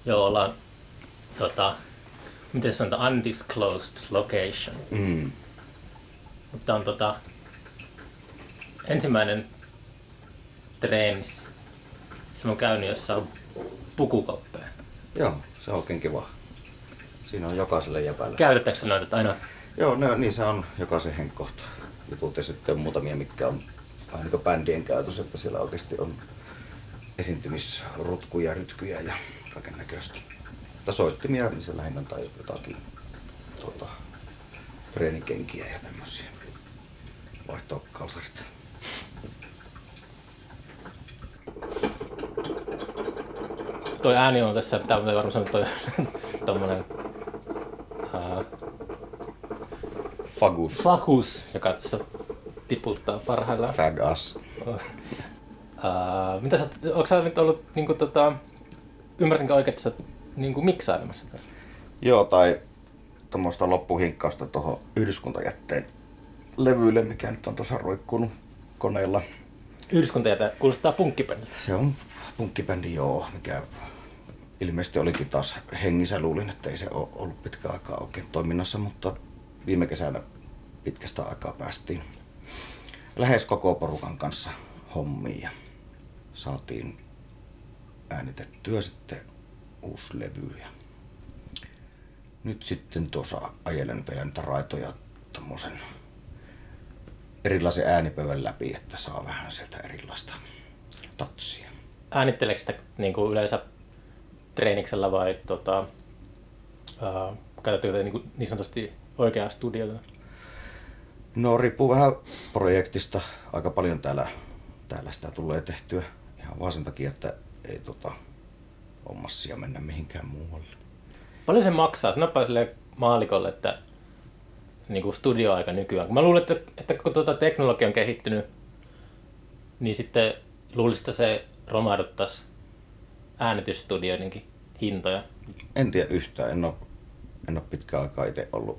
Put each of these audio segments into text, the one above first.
Joo, ollaan miten sanotaan, undisclosed location. Mutta on ensimmäinen treenis, missä mä oon käynyt, jossa on pukukoppeja. Joo, se on oikein kiva. Siinä on jokaiselle jäpällä. Käytetäänkö sä noita aina? Joo, niin se on jokaisen henkkohta jutut ja sitten on muutamia, mitkä on vähän niin kuin bändien käytössä, että siellä oikeasti on esiintymisrutkuja, rytkyjä ja kaiken näköistä. Soittimia, niin se lähinnä tai jotakin treenikenkiä ja tämmöisiä. Vaihtokalsarit. Toi ääni on tässä, pitää varmaan sanoa toi tommonen Fagus, joka tässä tiputtaa parhaillaan. Fagus. Mitä sä, onko sä nyt ollut niinku ymmärsinkö oikein, että sä niinku miksailemassa tätä? Joo, tai tommoista loppuhinkkausta tuohon yhdyskuntajätteen levyille, mikä nyt on tuossa roikkunut koneella. Yhdyskuntajäte kuulostaa punkkibändiltä. Se on punkkibändi, joo, mikä ilmeisesti olikin taas hengissä. Luulin, että ei se ole ollut pitkään aikaa oikein toiminnassa, mutta viime kesänä pitkästä aikaa päästiin lähes koko porukan kanssa hommiin ja saatiin äänitettyä sitten uusi levy. Ja nyt sitten tuossa ajelen vielä niitä raitoja tommosen erilaisen äänipöydän läpi, että saa vähän sieltä erilaista tatsia. Äänitteleekö sitä niinku yleensä treeniksellä vai käytätkö niin sanotusti oikeaa studiota? No riippuu vähän projektista. Aika paljon täällä sitä tulee tehtyä ihan vaan sen takia, että ei ole massia mennä mihinkään muualle. Paljon se maksaa? Sanoppa sille maalikolle, että niinku studioaika nykyään. Kun mä luulen, että kun teknologia on kehittynyt, niin sitten luulisin, että se romahduttaisi äänitysstudioidenkin hintoja. En tiedä yhtään. En ole pitkään aikaa itse ollut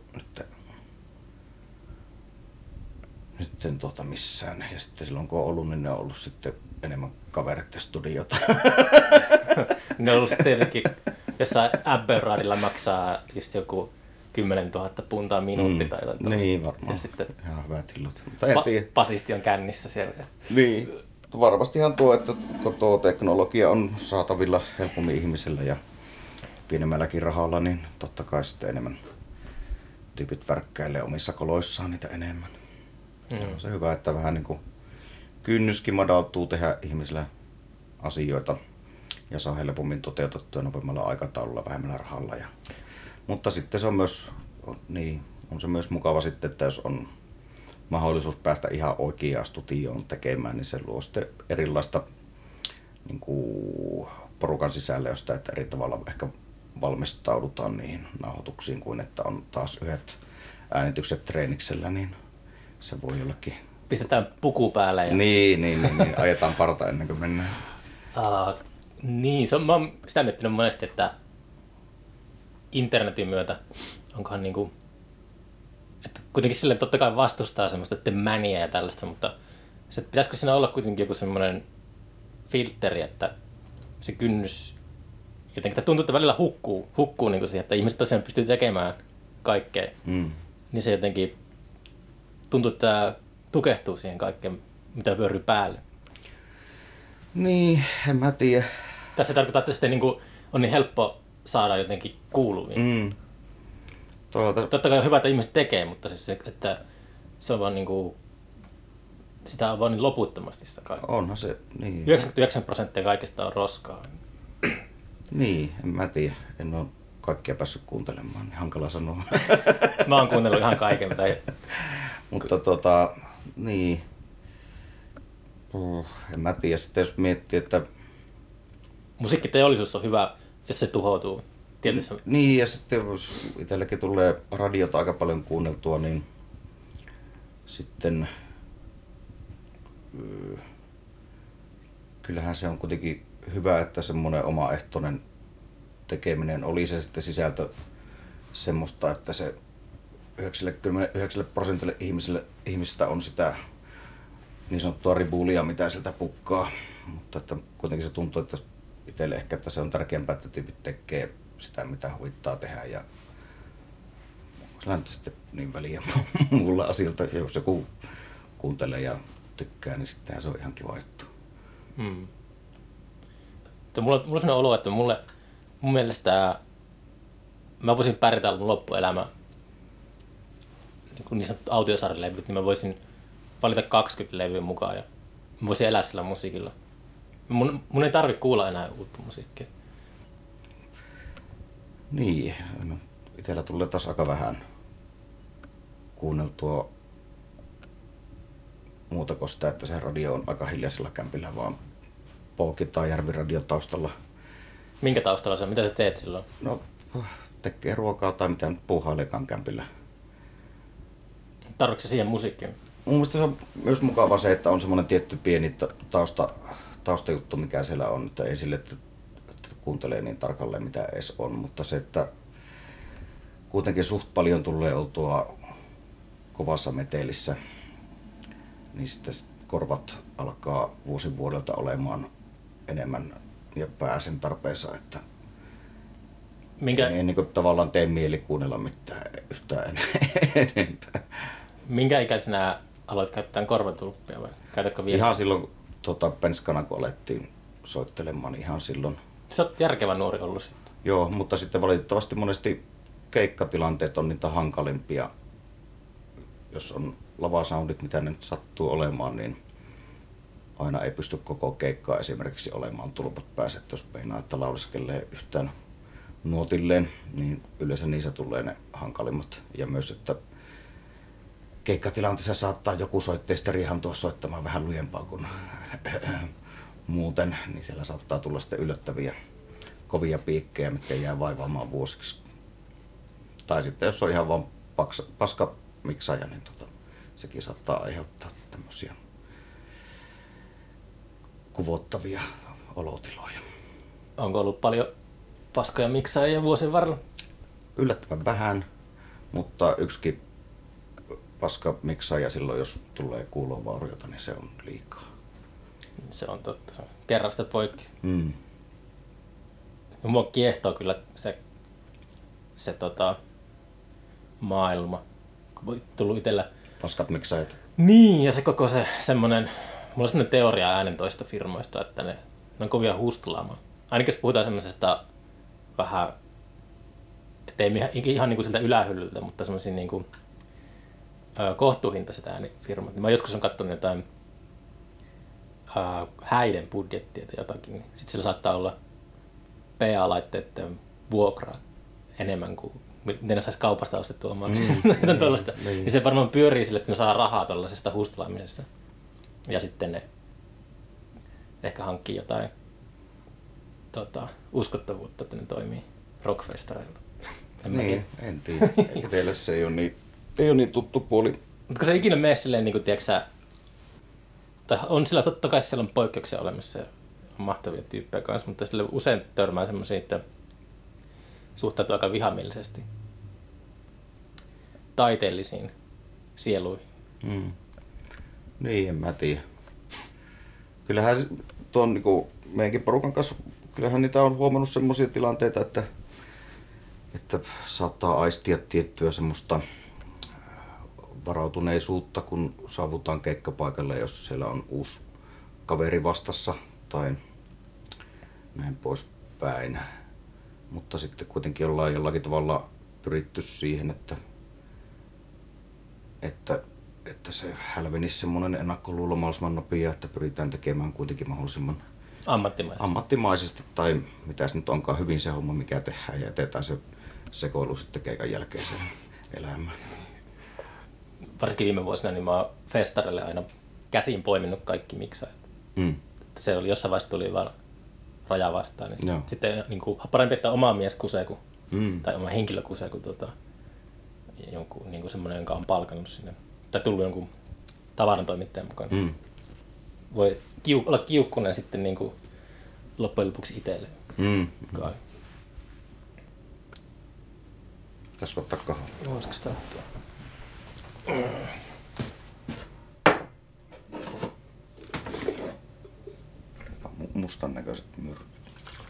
nyt missään. Ja sitten silloin kun on ollut, niin ne on ollut sitten enemmän kavereiden studiota. Ne on ollut sitten tietenkin jossain Abbey-raadilla maksaa just joku 10 000 puntaa minuutti tai jotain. Niin varmaan. Ja sitten ihan hyvät illat. basisti on kännissä siellä. Niin. Varmastihan tuo, että tuo teknologia on saatavilla helpommin ihmisellä ja pienemmälläkin rahalla, niin totta kai sitten enemmän tyypit värkkäilee omissa koloissaan niitä enemmän. On se hyvä, että vähän niin kuin kynnyskin madaltuu tehdä ihmisillä asioita ja saa helpommin toteutettua nopeammalla aikataululla, vähemmällä rahalla. Mutta sitten se on myös, on se myös mukava sitten, että jos on mahdollisuus päästä ihan oikeaan studioon tekemään, niin se luo sitten erilaista niin kuin porukan sisällä, josta että eri tavalla ehkä valmistaudutaan niihin nauhoituksiin kuin että on taas yhdet äänitykset treeniksellä, niin se voi jollakin. Pistetään puku päälle. Ja Niin. Ajetaan parta ennen kuin mennään. Niin, mä oon sitä miettinyt monesti, että internetin myötä onkohan niinku, että kuitenkin silleen totta kai vastustaa semmoista mäniä ja tällaista, mutta se, pitäisikö siinä olla kuitenkin joku semmoinen filtteri, että se kynnys jotenkin tuntuu, että välillä hukkuu niin kuin siihen, että ihmiset tosiaan pystyy tekemään kaikkea. Niin se jotenkin tuntuu, että tämä tukehtuu siihen kaikkeen, mitä vyöryy päälle. Niin, en mä tiedä. Tässä tarkoittaa, että sitten niin on niin helppo saada jotenkin kuuluviin. Totta kai on hyvä, että ihmiset tekee, mutta siis, että se on vaan niin kuin, sitä on vaan niin loputtomasti sitä kaikkea. Onhan se, niin. 99% kaikista on roskaa. Niin, en mä tiedä. En ole kaikkia päässyt kuuntelemaan, niin hankala sanoa. Mä oon kuunnellut ihan kaiken, mitä ei. Mutta niin. En mä tiedä. Sitten jos miettii, että musiikkiteollisuus on hyvä, jos se tuhoutuu. Tietysti. Niin, ja sitten jos itsellekin tulee radiota aika paljon kuunneltua, niin sitten kyllähän se on kuitenkin hyvä, että semmoinen omaehtoinen tekeminen oli se sitten sisältö semmoista, että se 99% ihmisistä on sitä niin sanottua ribulia, mitä sieltä pukkaa. Mutta että kuitenkin se tuntuu, että itselle ehkä, että se on tärkeämpää, että tyypit tekee sitä, mitä huvittaa tehdä. Ja onko sitten niin väliä muulla asialta, jos joku kuuntelee ja tykkää, niin sittenhän se on ihan kiva juttu. Mulla on sellainen olo, että mun mielestä mä voisin pärjätä mun loppuelämä niin sanottu autiosarjalevyt, niin mä voisin valita 20 levyä mukaan ja mä voisin elää sillä musiikilla. Mun ei tarvitse kuulla enää uutta musiikkia. Niin, itsellä tulee taas aika vähän kuunneltua muuta kuin sitä, että se radio on aika hiljaisella kämpillä, vaan poukitaan Järviradio taustalla. Minkä taustalla se on? Mitä sä teet silloin? No, tekee ruokaa tai mitä nyt puuhailekaan kämpillä. Tarvitsetko se siihen musiikkiin? Mun mielestä se on myös mukava se, että on semmoinen tietty pieni taustajuttu, mikä siellä on. Että ei sille, että kuuntelee niin tarkalleen, mitä edes on. Mutta se, että kuitenkin suht paljon tulee oltua kovassa metelissä, niin sitten korvat alkaa vuosi vuodelta olemaan enemmän ja pääsen tarpeessa, että ei niin kuin tavallaan tee mieli kuunnella mitään yhtään enempää. Minkä ikäisenä aloit käyttää korvatulppia vai käytätkö vielä? Ihan silloin penskana, kun alettiin soittelemaan, niin ihan silloin. Sä oot järkevä nuori ollut sitten. Joo, mutta sitten valitettavasti monesti keikkatilanteet on niitä hankalimpia. Jos on lavasoundit, mitä ne nyt sattuu olemaan, niin aina ei pysty koko keikkaa esimerkiksi olemaan tulpat päässä. Jos meinaa, että lauliskelee yhtään nuotilleen, niin yleensä niissä tulee ne hankalimmat. Ja myös, että keikkatilanteessa saattaa joku soitteista rihantua soittamaan vähän lujempaa kuin muuten, niin siellä saattaa tulla sitten yllättäviä kovia piikkejä, mitkä jää vaivaamaan vuosiksi. Tai sitten jos on ihan vaan paska miksaaja, niin sekin saattaa aiheuttaa tämmöisiä kuvottavia olotiloja. Onko ollut paljon paskoja miksaajia vuosien varrella? Yllättävän vähän, mutta yksikin paska miksaaja silloin, jos tulee kuulovauriota, niin se on liikaa. Se on totta. Se on kerrasta poikki. Ja mua kiehtoo kyllä se maailma. Kun on tullut itsellä paskat miksaajat. Niin, ja se koko se semmonen, mulla on semmonen teoria äänentoistofirmoista, että ne on kovia hustlaamaan. Ainakin jos puhutaan semmosesta vähän, ettei ihan niinku siltä ylähyllyltä, mutta semmosia niinku kohtuuhintaiset äänifirmat. Mä joskus on katsonut jotain häiden budjettia tai jotakin, niin sit sillä saattaa olla PA-laitteiden vuokraa enemmän kuin miten ne saisi kaupasta ostettua omaksi. Niin se varmaan pyörii sille, että ne saa rahaa tuollaisesta hustlaamisesta. Ja sitten ne ehkä hankkii jotain uskottavuutta, että ne toimii rockfestareilla. En tiedä. Eikä teille se ei ole niin tuttu puoli. Mutta se ikinä mene silleen, niin kuin, tiedätkö, tai on sillä totta kai siellä on poikkeuksia olemassa ja on mahtavia tyyppejä kanssa, mutta sille usein törmää semmoisia, että suhtautuu aika vihamielisesti taiteellisiin sieluihin. Niin, en mä tiedä. Kyllähän tuon niinku meidänkin porukan kanssa, kyllähän niitä on huomannut semmoisia tilanteita, että saattaa aistia tiettyä semmoista varautuneisuutta, kun saavutaan keikkapaikalle, jos siellä on uusi kaveri vastassa tai näin poispäin. Mutta sitten kuitenkin ollaan jollakin tavalla pyritty siihen, että se hälvenisi semmoinen ennakkoluulo mahdollisimman nopea, että pyritään tekemään kuitenkin mahdollisimman ammattimaisesti tai mitä se nyt onkaan hyvin se homma, mikä tehdään ja jätetään se sekoilu sitten keikan jälkeiseen elämään. Varsinkin viime vuosina niin mä oon festarille aina käsin poiminut kaikki miksaajat. Se oli jossain vaiheessa tuli vaan raja vastaan. Niin sitten niin kuin, parempi, että oma mies kusee tai oma henkilö kusee kuin jonkun niin kuin semmoinen, jonka on palkannut sinne. Tai tullut jonkun tavarantoimittajan mukaan. Voi olla kiukkunen sitten niin kuin loppujen lopuksi itselle. Tässä ottaa kahvaa. Voisiko sitä ottaa? Mustan näköiset myrkyt.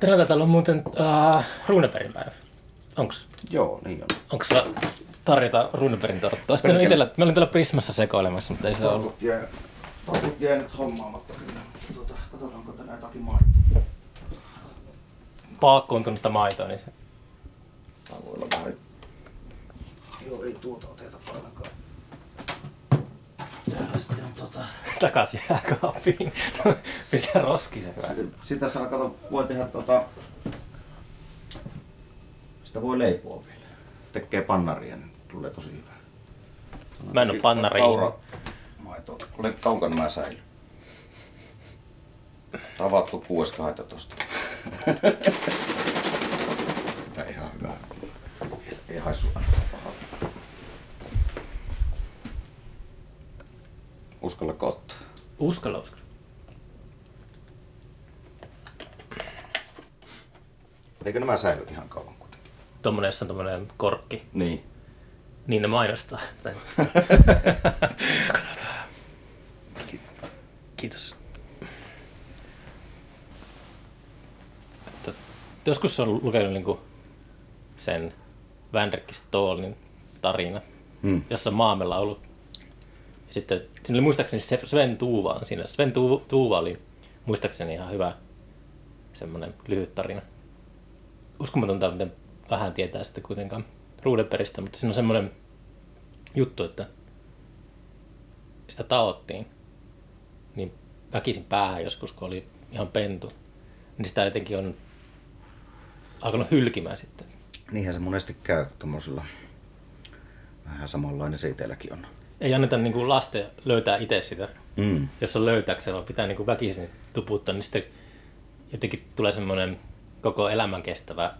Tänään täällä on muuten Runebergin päivä. Onks? Joo, niin on. Onko sulla tarjota Runebergin torttua? Mä olin täällä Prismassa sekoilemassa, mutta ei se ollut. Takut jää nyt hommaamatta kyllä. Katsotaan, onko tänään jotakin maitoa. Paakkuuntunutta maitoa, niin se... Tää voi olla vähän... Joo, ei tuota oteta ainakaan. Täällä sitten on Takas jääkaappiin. Pistää roskiin se hyvä. Sitä saa voi tehdä sitä voi leipoa vielä. Tekee pannaria, niin tulee tosi hyvä. Mä en oo pannari. Maito. Ole kaukan mä säily. Tavattu 6.12. Tää ihan hyvä. Ei haissu pahalta. Uskallako ottaa? Uskalla. Eikö nämä säily ihan kauan kuitenkin? Tommonen, jossa on tommonen korkki. Niin. Niin ne mainostaa. Kiitos. Että joskus on lukenut niinku sen Vänrikki Ståhlin tarina, jossa Maamella on ollut. Ja sitten siinä oli muistaakseni Sven Tuuva on siinä. Sven Tuuva oli muistaakseni ihan hyvä semmonen lyhyt tarina. Uskomatonta, miten vähän tietää sitten kuitenkaan Runebergistä, mutta siinä on semmoinen juttu, että sitä taottiin niin väkisin päähän joskus, kun oli ihan pentu, niin sitä jotenkin on alkanut hylkimään sitten. Niinhän se monesti käy tommosilla. Vähän samanlainen se itselläkin on. Ei anneta niin kuin lasten löytää itse sitä. Jos on löytääkseen, vaan pitää niin kuin väkisin tuputtaa, niin sitten jotenkin tulee semmoinen koko elämän kestävä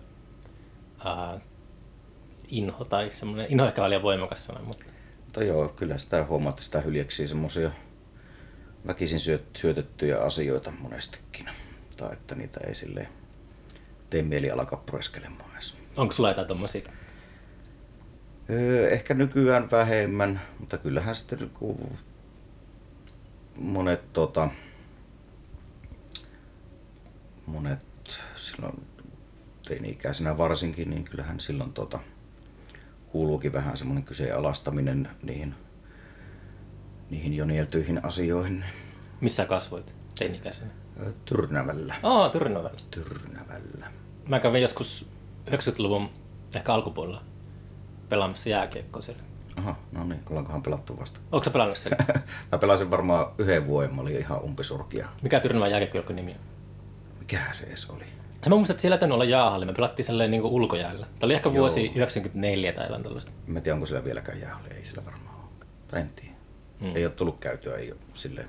inho, tai semmoinen inho ehkä liian voimakas sana. Mutta joo, kyllä sitä huomaa, että sitä hyljeksii semmoisia väkisin syötettyjä asioita monestikin. Tai että niitä ei silleen tee mieli alkaa pureskelemaan edes. Onko sulla jotain tommosia? Ehkä vähemmän, mutta kyllähän sitten kun monet silloin teini-ikäisenä varsinkin, niin kyllähän silloin kuuluukin vähän semmoinen kyseenalaistaminen niihin jo nieltyihin asioihin. Missä kasvoit teini-ikäisenä? Tyrnävällä. Tyrnävällä. Mä kävin joskus 90-luvun ehkä alkupuolella pelaamassa jääkiekkoa siellä. Aha, no niin, ollaankohan pelattu vasta. Ootko sä pelannut siellä? Mä pelasin varmaan 1 vuoden, mä olin ihan umpisurkia. Mikä Tyrnävän jääkiekkojoukkueen nimi on? Mikähän se edes oli? Mä muistan, että siellä ei tainnut olla jäähalli. Me pelattiin sellainen niin ulkojäällä. Tämä oli ehkä vuosi 94 tai jotain tällaista. En tiedä, onko siellä vieläkään jäähalli. Ei sillä varmaan ole. Tai en tiedä. Ei ole tullut käytyä, ei ole silleen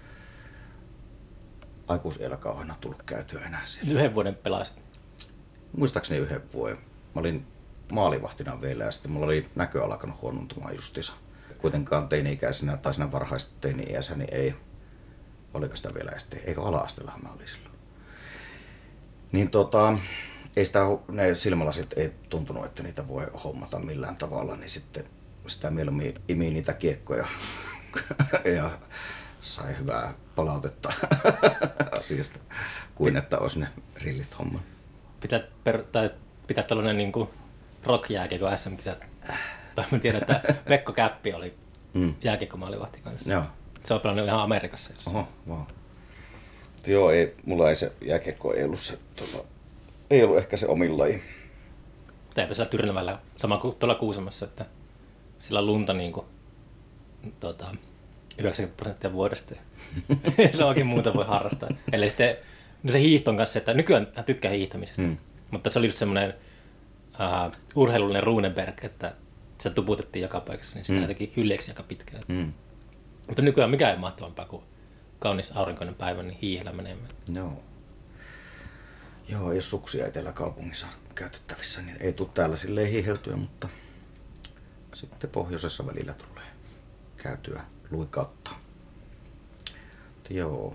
aikuisiellä kauheena tullut käytyä enää siellä. 1 vuoden pelasit? Muistaakseni 1 vuoden. Mä olin maalivahtina vielä ja sitten mulla oli näkö alkanut huonontumaan justiinsa. Kuitenkaan teini-ikäisenä tai siinä varhaisesti teini-iässä, niin ei. Oliko sitä vielä sitten? Eikö ala-asteellahan mä olin silloin? Niin ei ne silmälasit ei tuntunut, että niitä voi hommata millään tavalla, niin sitten sitä mieluummin imi niitä kiekkoja ja sai hyvää palautetta asiasta, kuin että olisi ne rillit homma. Pitää tällainen niin kuin rock-jääkiekko SM-kisat. Mä tiedän, että Pekko Käppi oli jääkiekkomaalivahti kanssa. Joo. Se on pelannut ihan Amerikassa. Oho, wow. Joo, mulla ei se jääkiekko ei ollut ei ollut ehkä se omin laji. Teipä siellä Tyrnävällä, sama kuin tuolla Kuusamossa, että sillä on lunta niin kuin, 90% vuodesta. Ei sillä oikein muuta voi harrastaa. Eli sitten no se hiihton kanssa, että nykyään tykkää hiihtämisestä. Mutta se oli just semmoinen urheilullinen Runeberg, että se tuputettiin joka paikassa, niin sitä teki hyljeeksi aika pitkään. Mutta nykyään mikä ei mahtavampaa kuin kaunis aurinkoinen päivä, niin hiihellä menemään. Joo, ei ole suksia etelä kaupungissa käytettävissä, niin ei tule täällä silleen hiiheltyä, mutta sitten pohjoisessa välillä tulee käytyä luikauttaa. Joo.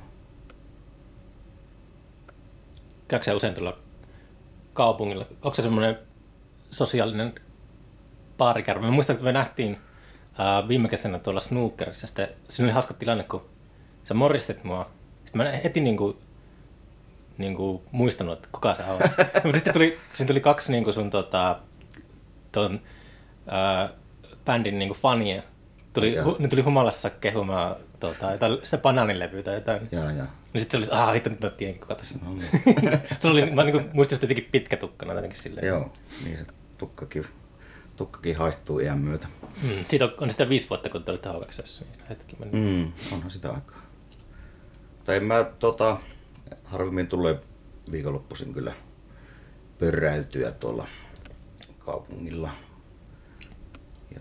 Käykö sä usein tuolla kaupungilla? Onko se semmoinen sosiaalinen baarikärme? Mä muistan, että me nähtiin viime kesänä tuolla snookerissa. Siinä oli hauska tilanne, kun sä moristit mua. Sitten mä heti niin kuin niinku muistanut, että kuka se on. Mutta sitten siinä tuli kaksi niinku sun ton bändin niinku fania. Ne tuli humalassa kehumaan sitä banaanilevyä tai jotain. Jaa. Niin sitten se oli, hitto, nyt mä tiedänkin, kuka tässä on. Se oli, mä niinku muistin sitä jotenkin pitkätukkana jotenkin silleen. Joo, niin se tukkakin haistuu iän myötä. Siitä on sitä 5 vuotta, kun te olitte H2:ssä, niin sitä hetki meni. Onhan sitä aikaa. Tai en mä harvemmin tulee viikonloppuisin kyllä pöräiltyä tuolla kaupungilla. Ja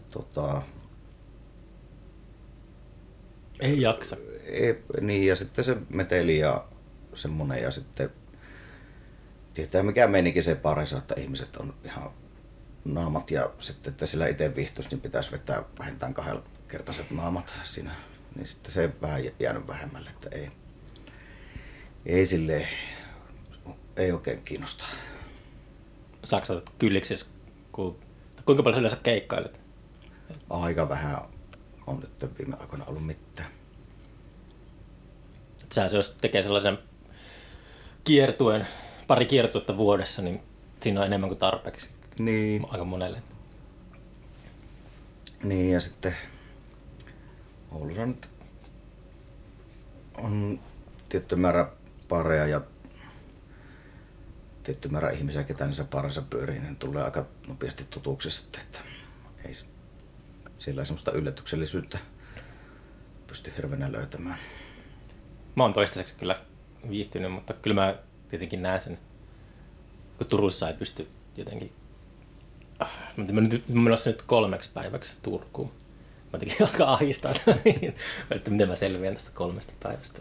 ei jaksa. Niin, ja sitten se meteli ja semmonen, ja sitten tietää mikä meininkin se parissa, että ihmiset on ihan naamat, ja sitten että sillä itse viihtyisi, niin pitäisi vetää vähintään 2-kertaiset naamat siinä. Niin sitten se vähän jäänyt vähemmälle, että ei silleen, ei oikein kiinnosta. Saatko sä kylliksi, kuinka paljon sä yleensä keikkailet? Aika vähän on nyt viime aikoina ollut mitään. Jos tekee sellaisen pari kiertuetta vuodessa, niin siinä on enemmän kuin tarpeeksi. Niin. Aika monelle. Niin, ja sitten Oulussa nyt on tietty määrä pareja ja tietty määrä ihmisiä, ketä niissä parissa pyörii, niin tulee aika nopeasti tutuksi sitten, että ei siellä ei semmoista yllätyksellisyyttä pysty hirveänä löytämään. Mä oon toistaiseksi kyllä viihtynyt, mutta kyllä mä tietenkin näen sen, kun Turussa ei pysty jotenkin. Mä menossa nyt 3 päiväksi Turkuun. Mä jotenkin alkaa ahistaa, että miten mä selviän tästä 3 päivästä.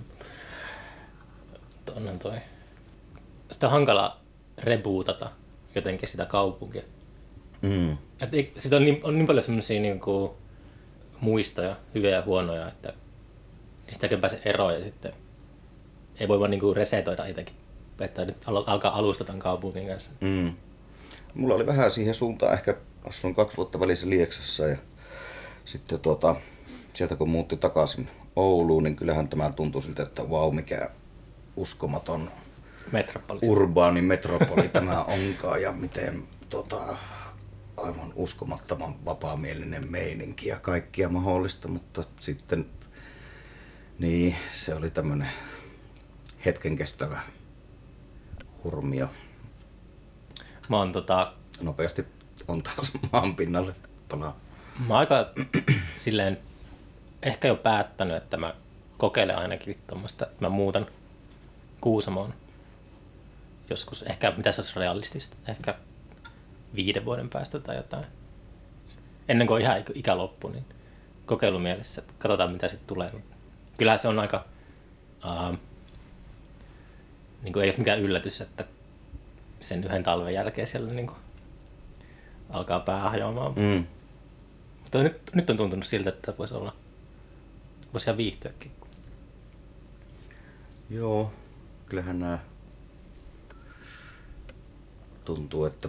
Onhan toi. Sitä on hankala rebootata jotenkin sitä kaupunkia. Sitä on niin paljon semmosia niinku muistoja, hyviä ja huonoja, että niistä ei pääse eroon ja sitten ei voi vaan niinku resetoida itsekin. Että nyt alkaa alusta tämän kaupungin kanssa. Mulla oli vähän siihen suuntaan, ehkä asuin 2 vuotta välissä Lieksassa ja sitten sieltä kun muutti takaisin Ouluun, niin kyllähän tämä tuntui siltä, että vau, mikä uskomaton urbaani metropoli tämä onkaan ja miten aivan uskomattoman vapaamielinen meininki ja kaikkia mahdollista, mutta sitten niin se oli tämmönen hetken kestävä hurmio. Mä oon nopeasti on taas maan pinnalle palaa. Mä oon aika silleen ehkä jo päättänyt, että mä kokeilen ainakin tuommoista, että mä muutan Kuusamoon joskus. Ehkä mitä se olisi realistista? Ehkä 5 vuoden päästä tai jotain. Ennen kuin on ihan ikä loppu, niin kokeilumielessä, että katsotaan mitä sitten tulee. Kyllä se on aika, niin kuin ei ole mikään yllätys, että sen 1 talven jälkeen siellä niin kuin alkaa pää hajoamaan. Mutta nyt on tuntunut siltä, että voisi ihan viihtyäkin. Joo, kyllähän nämä tuntuu, että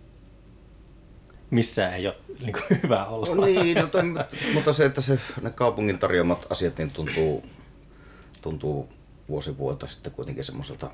missään ei ole niin kuin hyvä olla. No niin, mutta se, että ne kaupungin tarjoamat asiat niin tuntuu vuosi vuotta sitten kuitenkin semmoiselta,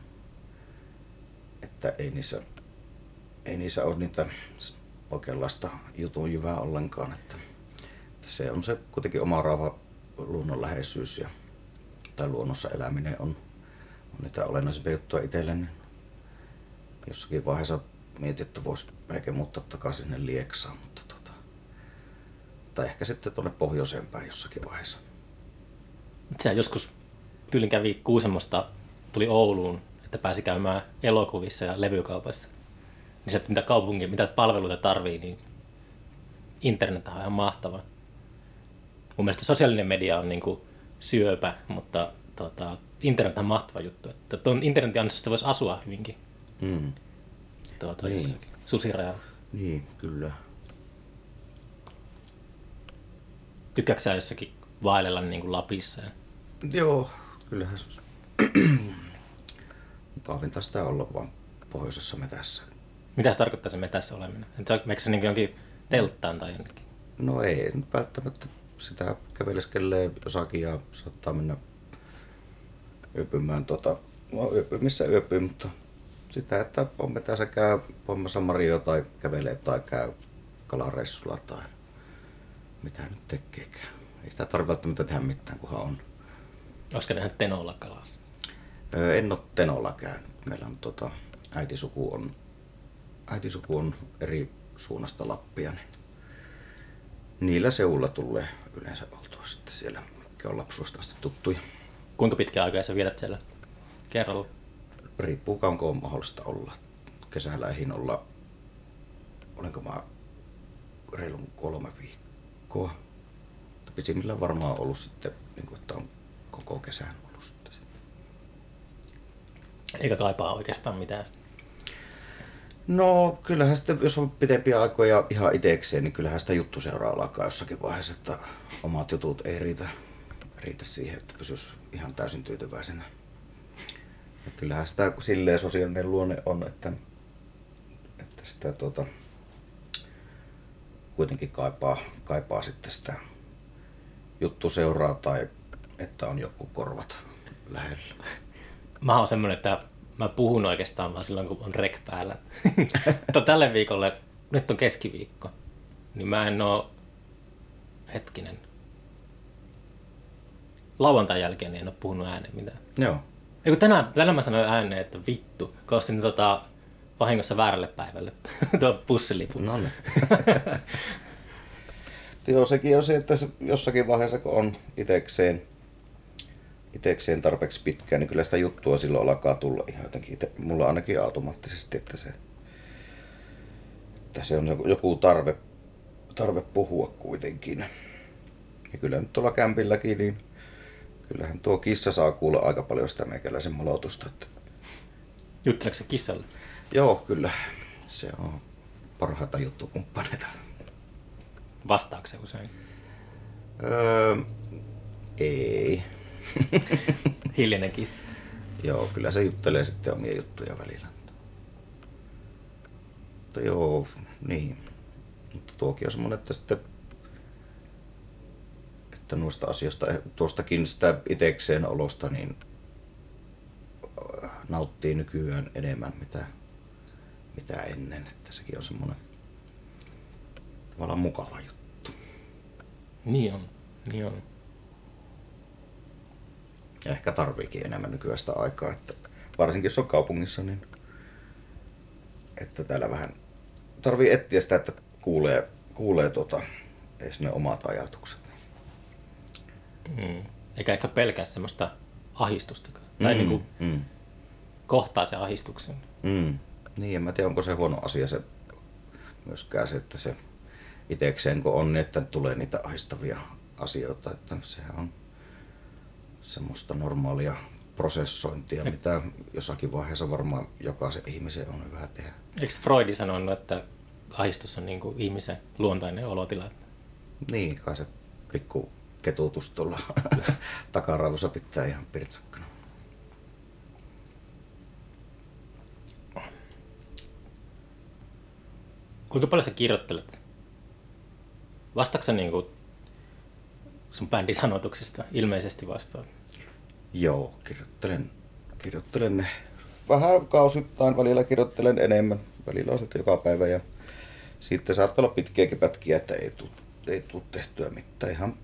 että ei niissä ole niitä oikeanlaista jutun jyvää ollenkaan. Että se on se kuitenkin oma rauha, luonnonläheisyys tai luonnossa eläminen on niitä olennaisempia juttuja itselle. Niin jossakin vaiheessa mietin, että voisi melkein muuttaa takaisin sinne Lieksaan, mutta tai ehkä sitten tuonne pohjoiseen päin jossakin vaiheessa. Sä joskus tyylin kävi Kuusamosta, tuli Ouluun, että pääsi käymään elokuvissa ja levykaupassa. Niin se, mitä palveluita tarvii, niin internet on ihan mahtava. Mun mielestä sosiaalinen media on niinku syöpä, mutta internet on mahtava juttu. Että tuon internetin ansiosta voisi asua hyvinkin. Niin. Jossakin susirajalla. Niin, kyllä. Tykkääksä sä jossakin vaellella niin kuin Lapissa? Joo, kyllähän mukavinta sitä olla vaan pohjoisessa metässä. Mitä se tarkoittaa se metässä oleminen? Meneekö se niin jonkin telttaan tai jonnekin? No ei nyt välttämättä sitä käveleskelee jossakin ja saattaa mennä ypymään missä yöpyy, mutta sitä, että on metässä käy poimassa marjoa tai kävelee tai käy kalareissulla tai mitä nyt tekeekään. Ei sitä tarvitse välttämättä tehdä mitään, kunhan on. Olisiko nähdä Tenolla kalassa? En ole Tenolla käynyt. Meillä on äitisuku on eri suunnasta Lappia, niin niillä seudulla tulee yleensä oltua sitten siellä, mitkä on lapsuudesta asti tuttuja. Kuinka pitkä aikaa sä vietät siellä kerralla? Riippuu kauanko on mahdollista olla. Kesällä ehdin olla, olenko mä reilun 3 viikkoa. Pisimmillään varmaan ollut sitten, niin kuin, että on koko kesän ollut sitten. Eikä kaipaa oikeastaan mitään. No kyllähän sitten, jos on pitempiä aikoja ihan itekseen, niin kyllähän sitä juttuseuraa alkaa jossakin vaiheessa, että omat jutut ei riitä siihen, että pysyisi ihan täysin tyytyväisenä. Ja kyllähän sitä silleen sosiaalinen luonne on, että sitä kuitenkin kaipaa sitten sitä juttuseuraa tai että on joku korvat lähellä. Mä oon semmonen, että mä puhun oikeastaan vaan silloin, kun on rek päällä. Tälle viikolle, nyt on keskiviikko, niin mä en oo, lauantain jälkeen niin en oo puhunut ääneen mitään. Joo. Eiku tänään mä sanoin ääneen, että vittu, kun ostin vahingossa väärälle päivälle tuo pussilipun. No niin. Joo, sekin on se, että jossakin vaiheessa, kun on itekseen tarpeeksi pitkään, niin kyllä sitä juttua silloin alkaa tulla ihan jotenkin mulla ainakin automaattisesti, että se on joku tarve puhua kuitenkin. Ja kyllä nyt tuolla kämpilläkin, niin kyllähän tuo kissa saa kuulla aika paljon sitä meikäläisen molotusta. Että... Jutteleeko se kissalle? Joo, kyllä. Se on parhaita juttukumppaneita. Vastaako se usein? Ei. Hiljainen kissa. Joo, kyllä se juttelee sitten omia juttuja välillä. Mutta joo, niin. Mutta tuokin on semmoinen, että noista asioista, tuostakin sitä itekseen olosta, niin nauttii nykyään enemmän mitä ennen. Että sekin on semmoinen tavallaan mukava juttu. Niin on. Ja ehkä tarviikin enemmän nykyistä aikaa, että varsinkin jos on kaupungissa, niin että täällä vähän tarvii etsiä sitä, että kuulee edes ne omat ajatukset. Eikä ehkä pelkää semmoista ahdistustakaan. Tai niinku kohtaa sen ahdistuksen. Niin, en mä tiedä, onko se huono asia se myöskään se, että se itekseen kun on, niin että tulee niitä ahdistavia asioita, että sehän on semmoista normaalia prosessointia, mitä jossakin vaiheessa varmaan jokaisen ihmisen on hyvä tehdä. Eikö Freudi sanonut, että ahdistus on niinku ihmisen luontainen olotila? Niin, kai se pikku ketutus tuolla takaraivossa pitää ihan pirtsakkana. Kuinka paljon sä kirjoittelet? Vastaatko sä niinku sun bändin sanotuksista? Ilmeisesti vastaat. Joo, kirjoittelen ne. Vähän kausittain, välillä kirjoittelen enemmän. Välillä on sitten joka päivä ja sitten saattaa olla pitkiäkin pätkiä, että ei tule tehtyä mitään ihan.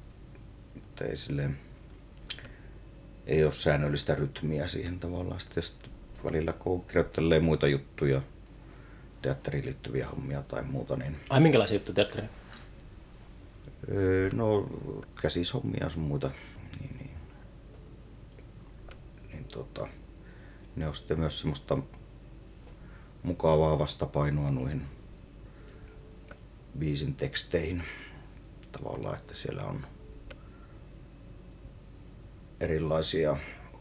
Ei ole säännöllistä rytmiä siihen tavallaan. Sitten välillä kun kirjoittelee muita juttuja, teatteriin liittyviä hommia tai muuta, niin... Ai minkälaisia juttuja teatteriin? No käsishommia sun muita. Ne on sitten myös semmoista mukavaa vastapainoa noihin biisin teksteihin. Tavallaan, että siellä on erilaisia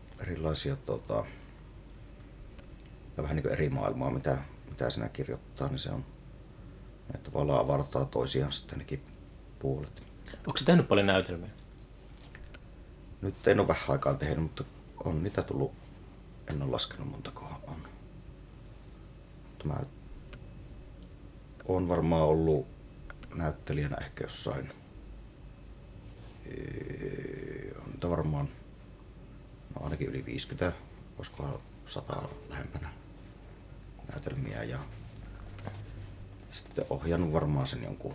ja vähän niin kuin eri maailmaa, mitä sinä kirjoittaa, niin se on, ne tavallaan avartaa toisiaan sitten nekin puolet. Onko se tehnyt paljon näytelmiä? Nyt en ole vähän aikaa tehnyt, mutta on niitä tullut, en ole laskenut montakohan on. Mä oon varmaan ollut näyttelijänä ehkä jossain, on niitä varmaan ainakin yli 50, olisikohan 100 lähempänä näytelmiä ja sitten ohjannut varmaan sen jonkun,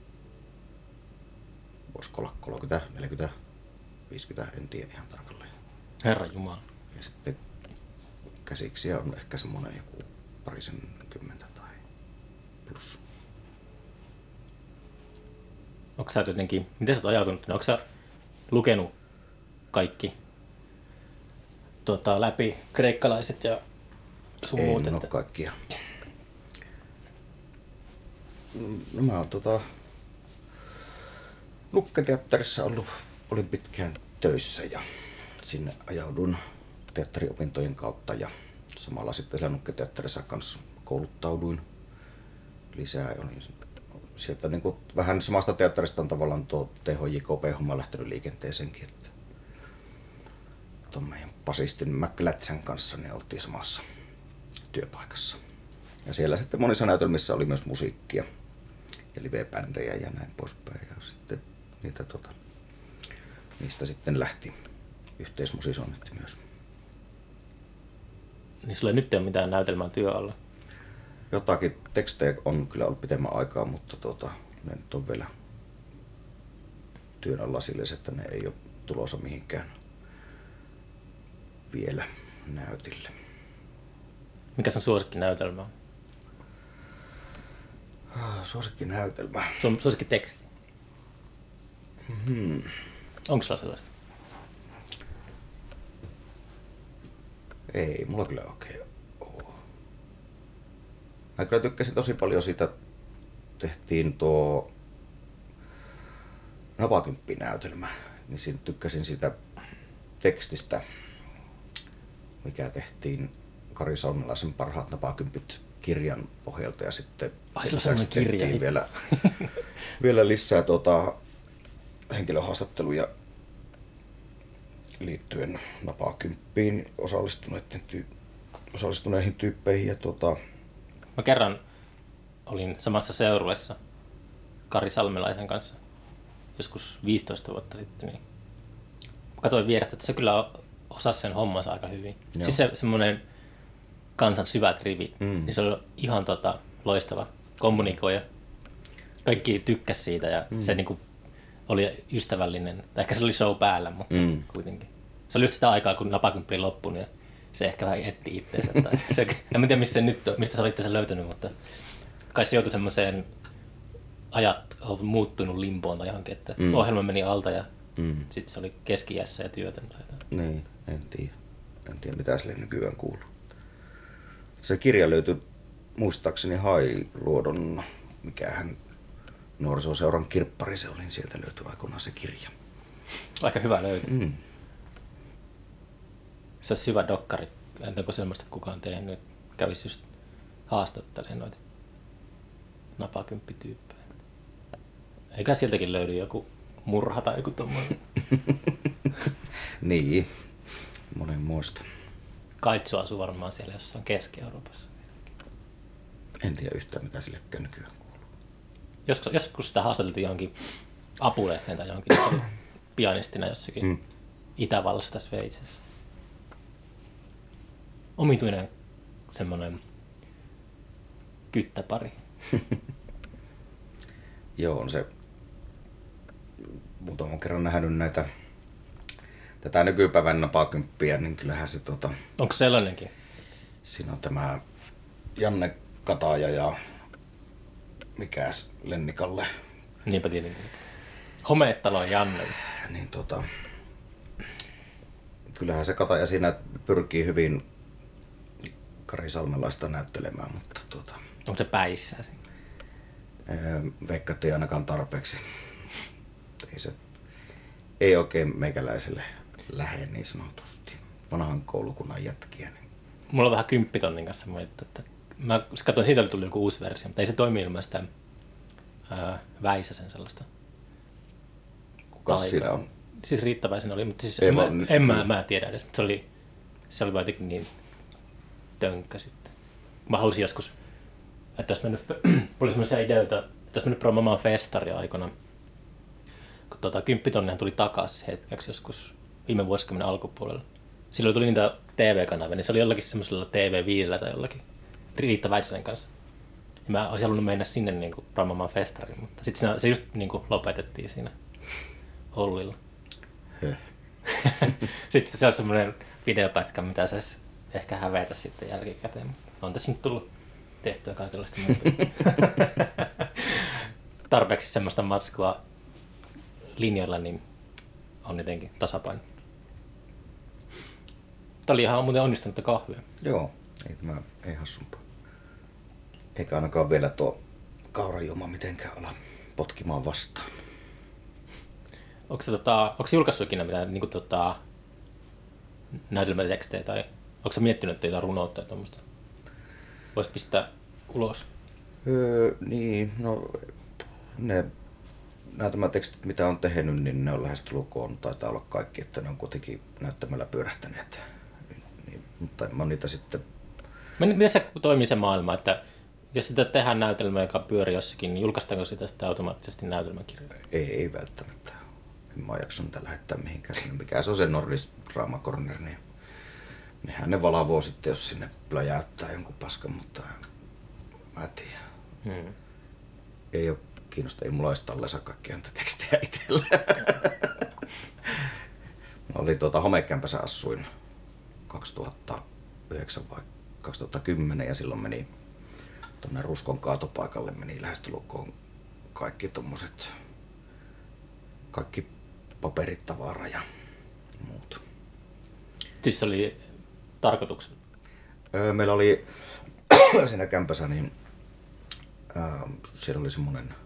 voisiko olla 30, 40, 50, en tiedä ihan tarkalleen. Herra Jumala. Ja sitten käsiksiä on ehkä semmoinen joku 20 tai plus. Onko sä jotenkin, miten sä oot ajautunut? Onko sä lukenut kaikki läpi, kreikkalaiset ja sun muut? En ole kaikkia. No mä oon Nukketeatterissa olin pitkään töissä ja sinne ajaudun teatteriopintojen kautta ja samalla sitten siellä Nukketeatterissa kanssa kouluttauduin lisää. Olin sieltä niin kuin vähän samasta teatterista on tavallaan tuo THJKP-homma lähtenyt liikenteeseenkin. Että tuon meidän basistin McLätsän kanssa ne oltiin samassa työpaikassa. Ja siellä sitten monissa näytelmissä oli myös musiikkia ja live-bändejä ja näin poispäin. Ja sitten niistä sitten lähti yhteismusisoinnit myös. Niin sulla ei nyt ole mitään näytelmää työalla? Jotakin tekstejä on kyllä ollut pitemmän aikaa, mutta ne nyt on vielä työn alla sille, että ne ei ole tulossa mihinkään vielä näytille. Mikä sun suosikkinäytelmä on? Suosikkinäytelmä? Suosikkiteksti? Onko sulla sellaista? Ei, mulla kyllä oikein ole. Mä kyllä tykkäsin tosi paljon siitä, tehtiin tuo Napakymppi-näytelmä, niin siinä tykkäsin siitä tekstistä, mikä tehtiin Kari Salmelaisen Parhaat napakympit -kirjan pohjalta ja sitten kirja vielä lisää henkilöhaastatteluja liittyen napakymppiin osallistuneihin tyyppeihin. Ja Mä kerran olin samassa seurueessa Kari Salmelaisen kanssa joskus 15 vuotta sitten. Niin katsoin vierestä, että se kyllä osasi sen hommansa aika hyvin. Joo. Siis semmoinen kansan syvät rivit, niin se oli ihan loistava kommunikoija. Kaikki tykkäs siitä ja se niinku oli ystävällinen. Tai ehkä se oli show päällä, mutta kuitenkin. Se oli just sitä aikaa, kun napakymppi oli loppunut ja se ehkä vähän etti itteensä. En tiedä, mistä sä olit sen löytänyt, mutta kai se joutui semmoiseen ajat on muuttunut limpoon tai johonkin, että ohjelma meni alta ja sitten se oli keski-iässä ja työtön. Niin, en tiedä mitä sille nykyään kuuluu. Se kirja löytyi muistaakseni Hailuodon, mikähän nuorisoseuran kirppari se oli, niin sieltä löytyi aikoinaan se kirja. Aika hyvä löytö. Se olisi hyvä dokkari. Entäkö semmoista kukaan tehnyt, kävisi just haastattelemaan noita napakymppityyppejä. Eikä sieltäkin löydy joku murha tai joku tommoinen. Niin, monen muista. Kaitsu asuu varmaan siellä jossain Keski-Euroopassa. En tiedä yhtään mitä sillekään nykyään kuuluu. Joskus sitä haastateltiin johonkin Apulehteen tai johonkin pianistina jossakin Itävallassa tai Sveitsissä. Omituinen semmoinen kyttäpari. Joo, on se muutaman kerran nähnyt tätä nykypäivän napakymppiä, niin kyllähän se Onko sellainenkin? Siinä on tämä Janne Kataja ja mikäs Lennikalle. Niinpä tietenkin. Homeettalon Janne. Niin kyllähän se Kataja siinä pyrkii hyvin Kari Salmelaista näyttelemään, mutta onko se päissään siinä? Veikka, ettei ainakaan tarpeeksi. Ei oikein meikäläiselle lähde niin sanotusti. Vanhan koulukunnan jätkiä. Niin. Mulla on vähän 10 tonnin kanssa juttu, että mä katsoin, siitä oli tullut joku uusi versio, mutta ei se toimi ilman sitä Väisäsen sellaista. Kuka siinä on? Siis Riitta Väisänen oli, mutta siis mä tiedä edes. Se oli vaan jotenkin niin tönkkä sitten. Mä halusin joskus, että olisi mennyt, oli semmoisia ideoita, että olisi mennyt promaamaan festaria aikana, kun 10 tonnihan tuli takaisin hetkeksi joskus viime vuosikymmenen alkupuolella. silloin tuli niitä TV-kanavia, niin se oli jollakin semmoisella TV5 tai jollakin Riitta Väisäsen kanssa. Ja mä olisin halunnut mennä sinne niinku Raumanmaan festariin, mutta sitten se just niinku lopetettiin siinä Ollilla. Sitten se on semmoinen videopätkä, mitä saisi ehkä hävetä sitten jälkikäteen. On tässä nyt tullut tehtyä kaikenlaista muuta. Tarpeeksi semmoista matskua linjoilla, niin on jotenkin tasapaino. Tämä oli ihan muuten onnistunutta kahvia. Joo, ei hassumpaa. Eikä ainakaan vielä tuo kaurajuoma mitenkään ala potkimaan vastaan. Onko se julkaissut ikinä mitään niin näytelmätekstejä tai onko se miettinyt jotain runoutta ja tuommoista? Voisi pistää ulos? Niin, no ne näytelmätekstit mitä on tehnyt, niin ne on lähestulkoon, taitaa olla kaikki, että ne on kuitenkin näyttämällä pyörähtäneet. Niin, mutta mä niitä sitten... Miten se toimii se maailma, että jos sitä tehdään näytelmä, joka pyörii jossakin, niin julkaistaanko sitä sitten automaattisesti näytelmäkirjoja? Ei välttämättä. En mä jaksa niitä lähettää mihinkään. Mikä se on se Nordis Drama Corner, niin nehän ne valavoo sitten, jos sinne pläjäyttää jonkun paskan, mutta mä tiedän. Ei ole kiinnosta, ei mulla edes tallessa kaikkia niitä tekstejä itsellä. Mä olin Homekämpässä asuin 2009 vai 2010 ja silloin meni tuonne Ruskon kaatopaikalle meni lähestulkoon kaikki tommoset, kaikki paperit, tavara ja muut. Siis se oli tarkoituksena? Meillä oli siinä kämpässä, niin siellä oli semmonen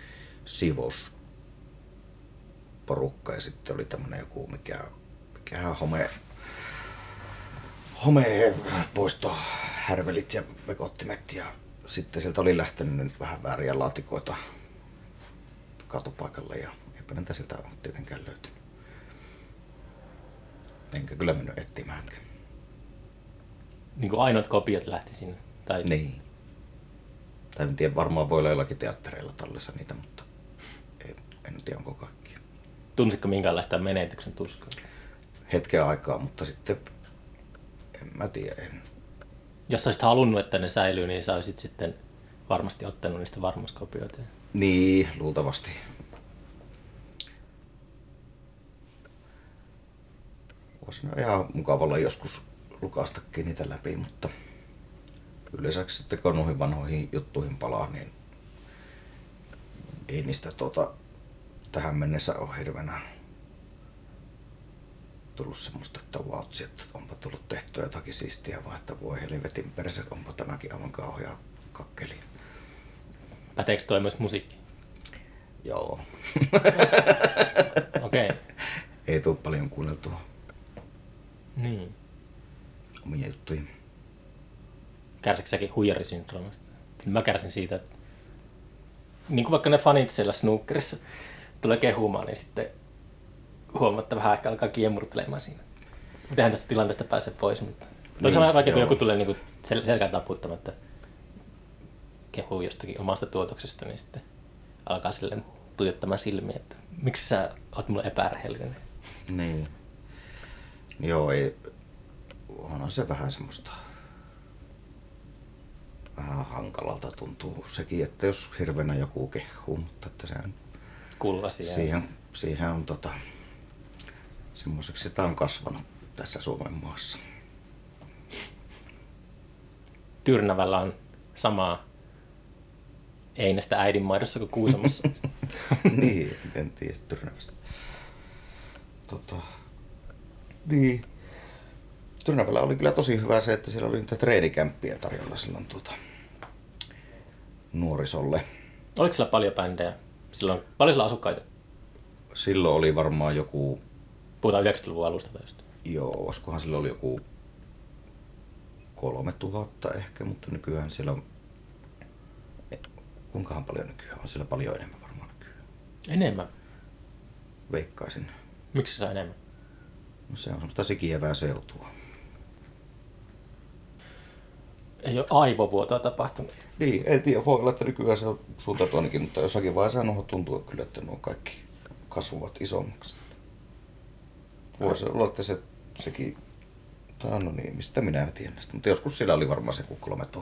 siivousporukka ja sitten oli tämmönen joku mikä homepoisto härvelit ja vekottimet ja sitten sieltä oli lähtenyt vähän vääriä laatikoita kaatopaikalle ja eipä näitä sieltä ole tietenkään löytynyt. Enkä kyllä mennyt etsimäänkään. Niin kuin ainoat kopiot lähti sinne? Tai... Niin. Tai en tiedä, varmaan voi olla jollakin teattereilla tallessa niitä, mutta en tiedä onko kaikkia. Tunsitko minkäänlaista menetyksen tuskaa? Hetken aikaa, mutta sitten en mä tiedä. Jos olisit halunnut, että ne säilyy, niin sä olisit sitten varmasti ottanut niistä varmuuskopioita. Niin, luultavasti. Voisi ihan mukavalla joskus lukastakin niitä läpi, mutta yleensä sitten kun noihin vanhoihin juttuihin palaa, niin ei niistä tähän mennessä ole hirveänä tullut semmoista, että vautsi, että onpa tullut tehtyä jotakin siistiä, vaan että voi helvetin perse, onpa tämäkin aivan kauhea kakkeli. Päteekö toi myös musiikki? Joo. Okei. Okay. Ei tule paljon kuunneltua. Niin. Omia juttuja. Kärsitkö säkin huijarisyndroomasta? Mä kärsin siitä, että niin kuin vaikka ne fanit siellä snookerissa tulee kehumaan, niin sitten huomaat, että vähän ehkä alkaa kiemurtelemaan siinä. Mitenhän tästä tilanteesta pääsee pois, mutta toisaalta niin, vaikka kun joku tulee niin selkään taputtamatta kehuu jostakin omasta tuotoksesta, niin sitten alkaa silleen tuijottamaan silmiä, että miksi sä oot mulle epärehellinen. Niin. Joo, ei. Onhan se vähän semmoista vähän hankalalta tuntuu sekin, että jos hirveänä joku kehuu, mutta että sehän siihen on semmoiseksi sitä on kasvanut tässä Suomen maassa. Tyrnävällä on samaa einästä äidinmaidossa kuin Kuusamossa. Niin, en tiedä Tyrnävästä. Niin. Tyrnävällä oli kyllä tosi hyvä se, että siellä oli niitä treenikämppiä tarjolla silloin nuorisolle. Oliko siellä paljon bändejä? Paljon siellä asukkaita? Silloin oli varmaan joku... Puhutaan 90-luvun alusta tai just. Joo, olisikohan silloin oli joku 3000 ehkä, mutta nykyään siellä on... Kuinkahan paljon nykyään? On siellä paljon enemmän varmaan nykyään. Enemmän? Veikkaisin. Miksi se on enemmän? No se on semmoista sikiävää seutua. Ei ole aivovuotoa tapahtunut. Niin, en tiedä. Voi olla, että nykyään se on suuntautu ainakin, mutta jossakin vaiheessa tuntuu kyllä, että nuo kaikki kasvavat isommaksi. Voisi olla, että sekin No niin, mistä minä tiedän sitä. Mutta joskus siellä oli varmaan se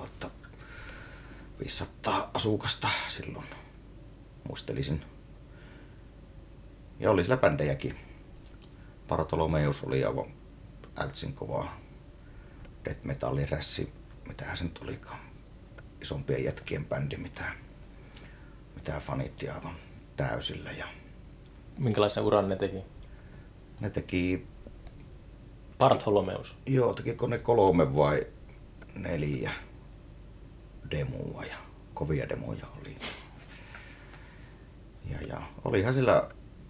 3500 asukasta silloin, muistelisin. Ja oli siellä bändejäkin. Bartolomeus oli aivan ältsin kovaa death metallirässi, mitähän se nyt olikaan. Isompien jätkien bändi, mitä fanitti aivan täysillä. Ja Minkälaisen uran ne teki? ne teki, Bartholomeus. joo, tekikö ne 3 vai 4 demoa ja kovia demoja oli. Ja olihan sillä,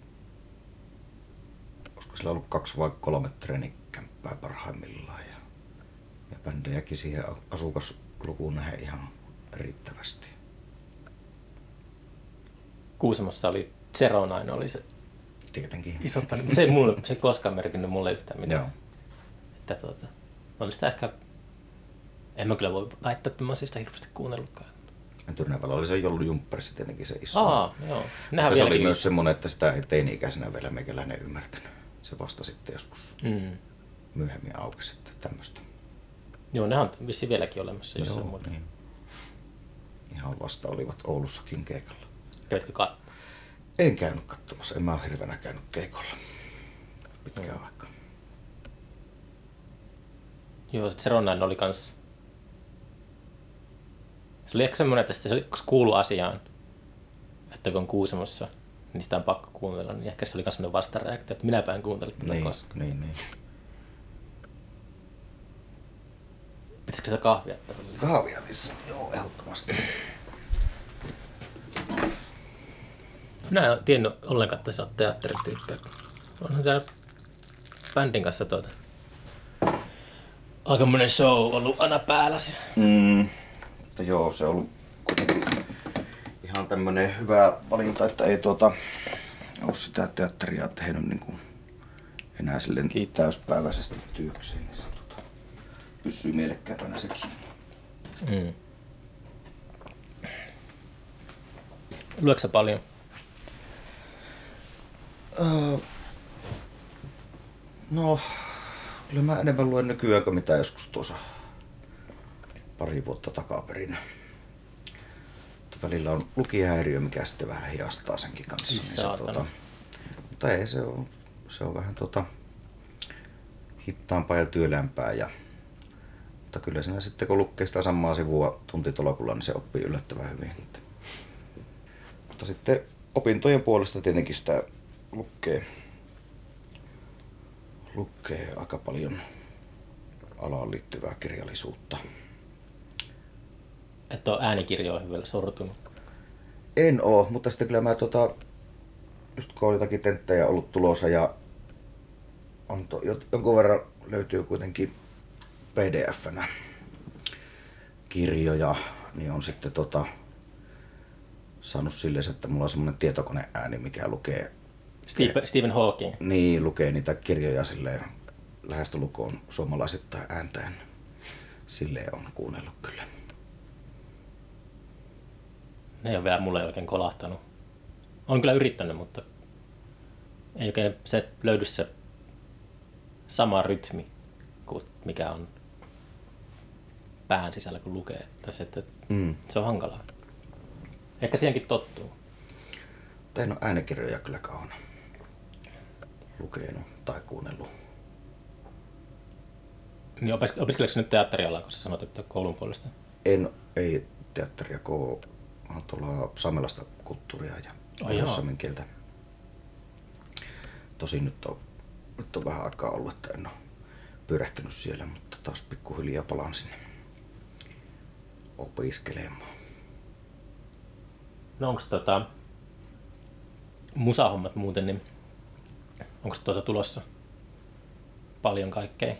olisiko sillä ollut 2 vai 3 treenikämppää parhaimmillaan ja bändejäkin siihen asukaslukuun nähden ihan riittävästi. Kuusamossa oli Zeronainen, oli se Tietenkin. iso bändi. Se ei koskaan merkinnyt mulle yhtään mitään. Joo. Että oli sitä ehkä, en mä kyllä voi väittää, että mä oon sitä hirveästi kuunnellutkaan. Tyrnävällä oli se Jollu Jumppersi tietenkin se iso. Joo. Mutta se oli myös semmoinen, että sitä ei teini-ikäisenä vielä meikäläinen ymmärtänyt. Se vasta sitten joskus myöhemmin aukesi, että tämmöistä. Joo, nehän on vissiin vieläkin olemassa jossain muuta. Niin. Ihan vasta olivat Oulussakin keikalla. Kävitkö katsomaan? En käynyt katsomassa, en mä ole hirveänä käynyt keikolla pitkään aikaa. Joo, se Zeronainen oli kans. Se oli ehkä semmoinen, että se kuului asiaan, että kun on Kuusamossa, niin sitä on pakko kuunnella, niin ehkä se oli myös semmoinen vastareaktio, että minäpä en kuuntele tätä koskaan. Niin. Pitäisikö sitä kahvia? Kahvia lisää, joo, ehdottomasti. Minä en tiennyt ollenkaan, että sä oot teatterityyppiä. Onhan täällä bändin kanssa aikamoinen show ollut aina päällä. Mutta joo, se on ollut kuitenkin ihan tämmönen hyvä valinta, että ei ole sitä teatteria tehnyt niinku enää silleen täyspäiväisesti työkseen, niin se pysyy mielekkäänä sekin. Luetko sä paljon? No, kyllä mä enemmän luen nykyään kuin mitä joskus tuossa pari vuotta takaperin. Välillä on lukijahäiriö, mikä sitten vähän hiastaa senkin kanssa. Niin mutta ei, se on vähän hittaampaa ja työlämpää. Mutta kyllä siinä sitten kun lukee sitä samaa sivua tuntitolkulla, niin se oppii yllättävän hyvin. Mutta sitten opintojen puolesta tietenkin sitä lukee aika paljon alaan liittyvää kirjallisuutta. Et ole äänikirjoihin vielä sortunut? En oo, mutta sitten kyllä mä just kun on jotakin tenttejä ollut tulossa ja on jonkun verran löytyy kuitenkin PDF-nä kirjoja, niin on sitten saanut silleen, että mulla on semmoinen tietokoneääni, mikä lukee Stephen Hawking. Niin, lukee niitä kirjoja silleen lähestulkoon suomalaisittain ääntäen. Silleen on kuunnellut kyllä. Ne ei ole vielä mulle oikein kolahtanut. Olen kyllä yrittänyt, mutta ei oikein se löydy se sama rytmi kuin mikä on pään sisällä kun lukee. Se on hankalaa. Ehkä siihenkin tottuu. En ole äänikirjoja kyllä kauan lukenut tai kuunnellut. Niin opiskeleeko nyt teatterialaa, kun sä sanot, että koulun puolesta? Ei teatteria, kun on tuolla saamelaista kulttuuria ja saamen kieltä. Tosin nyt on vähän aikaa ollut, että en ole pyrähtynyt siellä, mutta taas pikkuhiljaa palaan sinne opiskelemaan. No onko musahommat muuten, niin onko tulossa paljon kaikkea?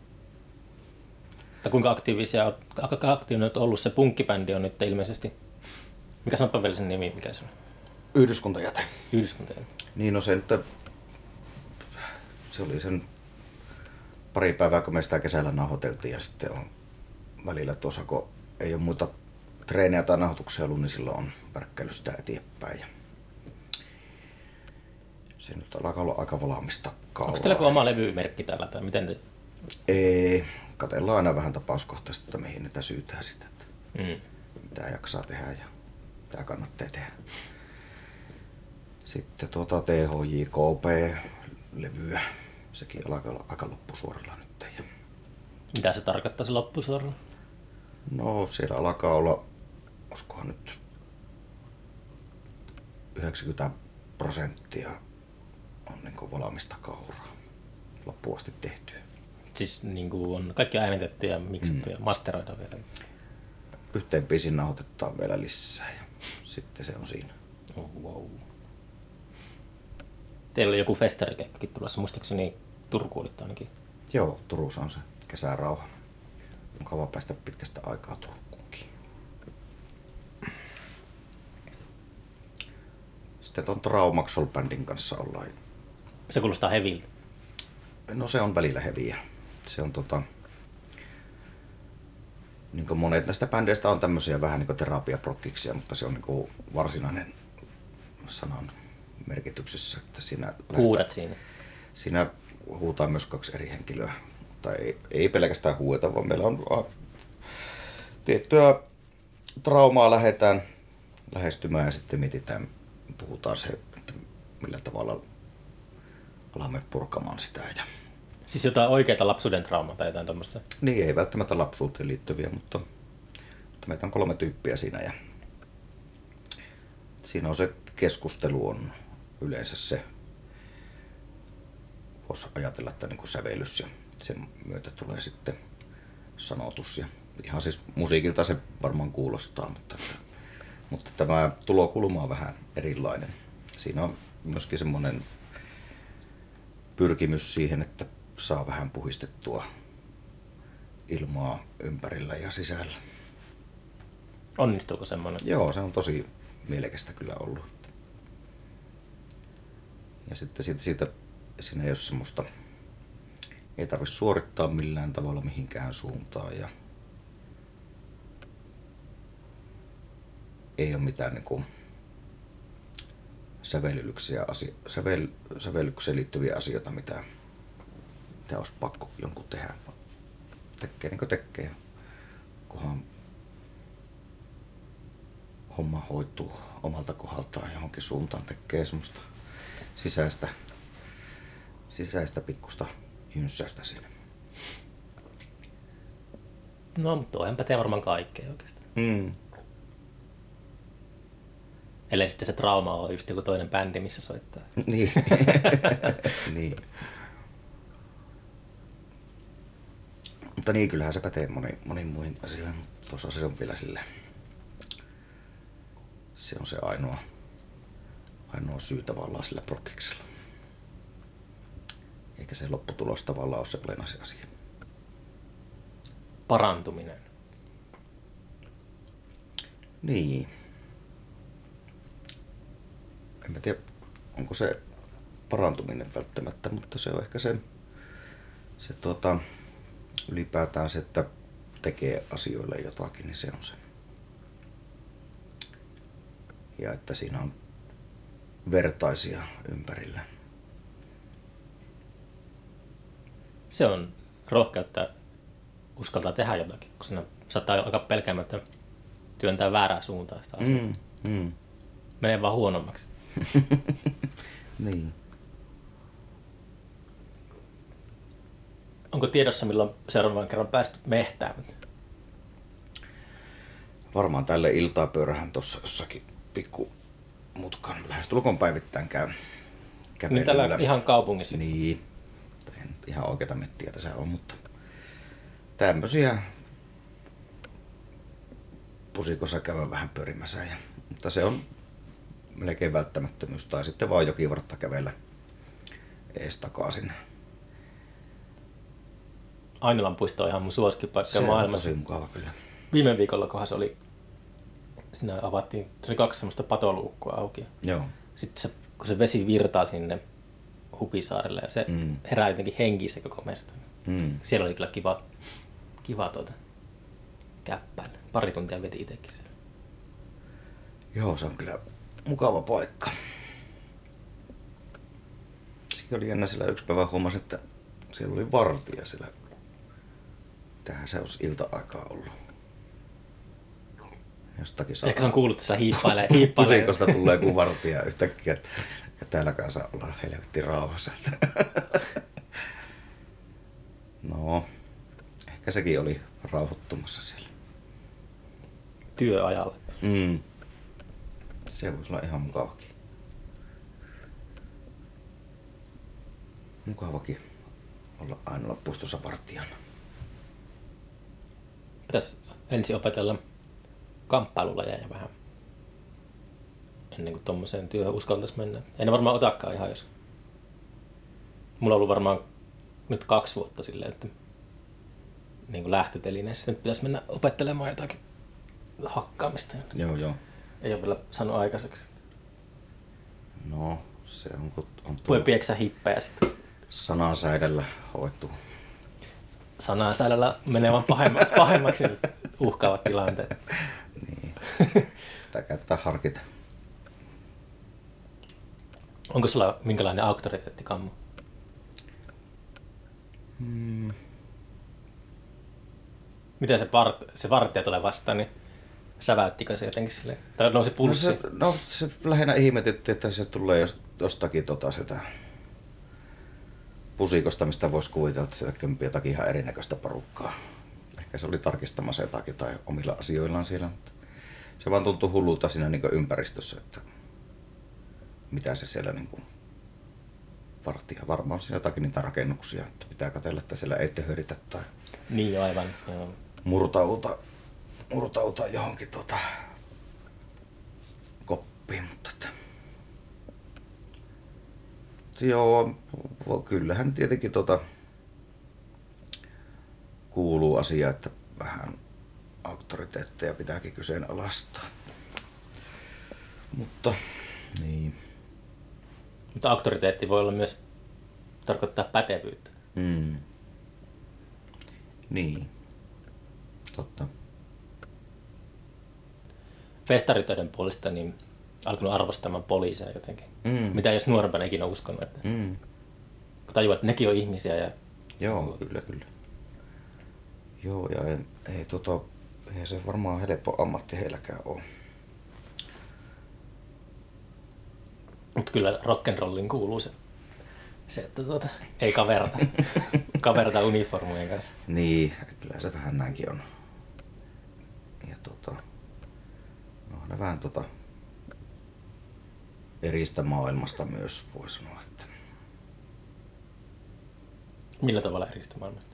Tai kuinka aktiivinen olet ollut? Se punkkibändi on nyt ilmeisesti. Mikä sanotpa vielä sen nimi? Mikä se on? Yhdyskuntajäte. Yhdyskuntajäte. Niin no se oli sen pari päivää, kun me sitä kesällä nauhoiteltiin ja sitten on välillä tuossa, kun ei ole muita treenejä tai nauhoituksia ollut, niin silloin on värkkäillyt sitä eteenpäin. Ja se nyt alkaa olla aika valmista kaulaa. Onko teillä oma levymerkki tällä tai miten te Ei, katsellaan aina vähän tapauskohtaisesti, että mihin niitä syytää sitten. Mm. Mitä jaksaa tehdä ja mitä kannattaa tehdä. Sitten THJKP-levyä. Sekin alkaa olla aika loppusuoralla nyt. Ja Mitä se tarkoittaa se loppusuoralla? no siellä alkaa olla, olisikohan nyt 90% on niin valmista kauraa loppuun asti tehtyä. Siis niin kuin on kaikki äänitetty ja miksattu ja masteroida vielä. Yhteen biisin nauhoitetaan vielä lisää ja sitten se on siinä. Oh, wow. Teillä oli joku festarikeikkakin tulossa, muistaakseni Turku olitte ainakin. Joo, Turussa on se kesärauha. Mukava päästä pitkästä aikaa Turkuunkin. Sitten tuon Traumaxol-bändin kanssa ollaan. Se kuulostaa heviltä. No se on välillä heviä. Se on niin kuin monet näistä bändeistä on tämmöisiä vähän niin kuin terapiaprokkiksia, mutta se on niin kuin varsinainen sanan merkityksessä, että siinä Huudat siinä. Siinä huutaa myös 2 eri henkilöä, mutta ei pelkästään huueta, vaan meillä on tiettyä traumaa lähdetään lähestymään ja sitten mietitään, puhutaan se, että millä tavalla alamme purkamaan sitä. Ja Siis jotain oikeaa lapsuuden traumaa tai jotain tommoista. niin, ei välttämättä lapsuuteen liittyviä, mutta meitä on 3 tyyppiä siinä ja siinä on se keskustelu on yleensä se, voisi ajatella, että niin kuin sävellys ja sen myötä tulee sitten sanotus. Ja ihan siis musiikilta se varmaan kuulostaa, mutta tämä tulokulma on vähän erilainen. Siinä on myöskin semmoinen pyrkimys siihen, että saa vähän puhistettua ilmaa ympärillä ja sisällä. Onnistuuko semmoinen? Joo, se on tosi mielekästä kyllä ollut. Ja sitten siitä siinä ei ole semmoista, ei tarvitse suorittaa millään tavalla mihinkään suuntaan ja ei ole mitään niinku sävellykseen liittyviä asioita, mitä olisi pakko jonkun tehdä. Tekee niin kuin tekee, kunhan homma hoituu omalta kohdaltaan johonkin suuntaan, tekee semmoista sisäistä pikkusta jynssäystä siinä. No, mutta toihan pätee varmaan kaikkea oikeastaan. Mm. Ellei sitten se trauma on just joku toinen bändi, missä soittaa. Niin. Niin. Mutta niin, kyllähän se pätee moniin muihin asioihin, mutta tuossa se on vielä silleen. Se on se ainoa syy tavallaan sillä prokkiksella. Eikä se lopputulos tavallaan ole se olennaisin asia. Parantuminen. Niin. En mä tiedä, onko se parantuminen välttämättä, mutta se on ehkä se ylipäätään se, että tekee asioille jotakin, niin se on se. Ja että siinä on vertaisia ympärillä. Se on rohkeutta uskaltaa tehdä jotakin, kun siinä saattaa alkaa pelkäämättä työntää väärää suuntaan sitä asiaa. Menee vaan huonommaksi. Niin. Onko tiedossa, milloin seuraavan kerran päästy mehtään? Varmaan tälle iltapyörähän tuossa jossakin pikku mutkan lähestulkoon päivittäin käy Niin täällä ihan kaupungissa. Niin. En ihan oikeata mettiä tässä on, mutta tämmöisiä pusikossa käydään vähän pyörimässä. Mutta se on melkein välttämättömyys. Tai sitten vaan jokivartta kävellä ees takaisin. Ainilan puisto on ihan mun suosikkipaikka maailmassa. Se on tosi mukava kyllä. Viime viikolla kohan se oli, siinä avattiin, se oli 2 semmoista patoluukkua auki. Joo. Sitten kun se vesi virtaa sinne Hupisaarelle ja se herää jotenkin henkiin se koko mesta. Siellä oli kyllä kiva käppäillä. 2 tuntia veti itsekin siellä. Joo, se on kyllä mukava paikka. Siinä oli jännä, sillä yksi päivä huomasin, että siellä oli vartija siellä Mitähän se olisi ilta-aikaa ollut. Jostakin saa. Ehkä se on kuullut tässä hiippailee. Pusikosta tulee joku vartija yhtäkkiä, että täälläkään saa olla helvetti rauhassa. No, ehkä sekin oli rauhoittumassa siellä. Työajalla. Se voisi olla ihan mukavakin. Mukavakin olla aina puistossa vartijana. Pitäisi ensin opetella kamppailulajeja vähän. Ennen kuin tommoseen työhön uskaltaisi mennä. En varmaan otakaan ihan jos. Mulla on ollut varmaan nyt 2 vuotta silleen, että niin kuin lähtötelineessä nyt pitäisi mennä opettelemaan jotakin hakkaamista. Joo. Ei ole vielä saanut aikaiseksi. No, se on kun on Voi pieksä hippejä sitten. sanasäidellä hoituu. Sanasäilällä menevän pahemmaksi uhkaavat tilanteet. Niin. Pitää käyttää harkita. Onko sulla minkälainen auktoriteetti kammo? Miten se vartija tulee vastaan, niin säväyttikö se jotenkin silleen? Tai nousi pulssi? Se lähinnä ihmetettiin, että se tulee jostakin sitä pusikosta, mistä voisi kuvitella, että sieltä kömpii jotakin ihan erinäköistä porukkaa. Ehkä se oli tarkistamassa jotakin tai omilla asioillaan siellä, mutta se vaan tuntui hullulta siinä niin ympäristössä, että mitä se siellä niin vartija. Varmaan siinä jotakin niitä rakennuksia, että pitää katsella, että siellä ei töhöritä tai Niin aivan. Joo. murtauta johonkin koppiin, mutta että joo, kyllähän tietenkin kuuluu asia, että vähän auktoriteetteja pitääkin kyseenalaistaa. Mutta niin. Mutta auktoriteetti voi olla myös tarkoittaa pätevyyttä. Niin. Totta. Festaritöiden puolesta niin alkanut arvostamaan poliiseja jotenkin. Mitä jos nuorempana ikinä uskonut. Että kun tajuaa, että nekin on ihmisiä. Ja Joo, kyllä. Joo, ja ei se varmaan helppo ammatti heilläkään ole. Mutta kyllä rock'n'rollin kuuluu se että ei kaverta uniformujen kanssa. Niin, kyllä se vähän näinkin on. Ja no ne vähän eristä maailmasta myös voi sanoa, että Millä tavalla eristä maailmasta?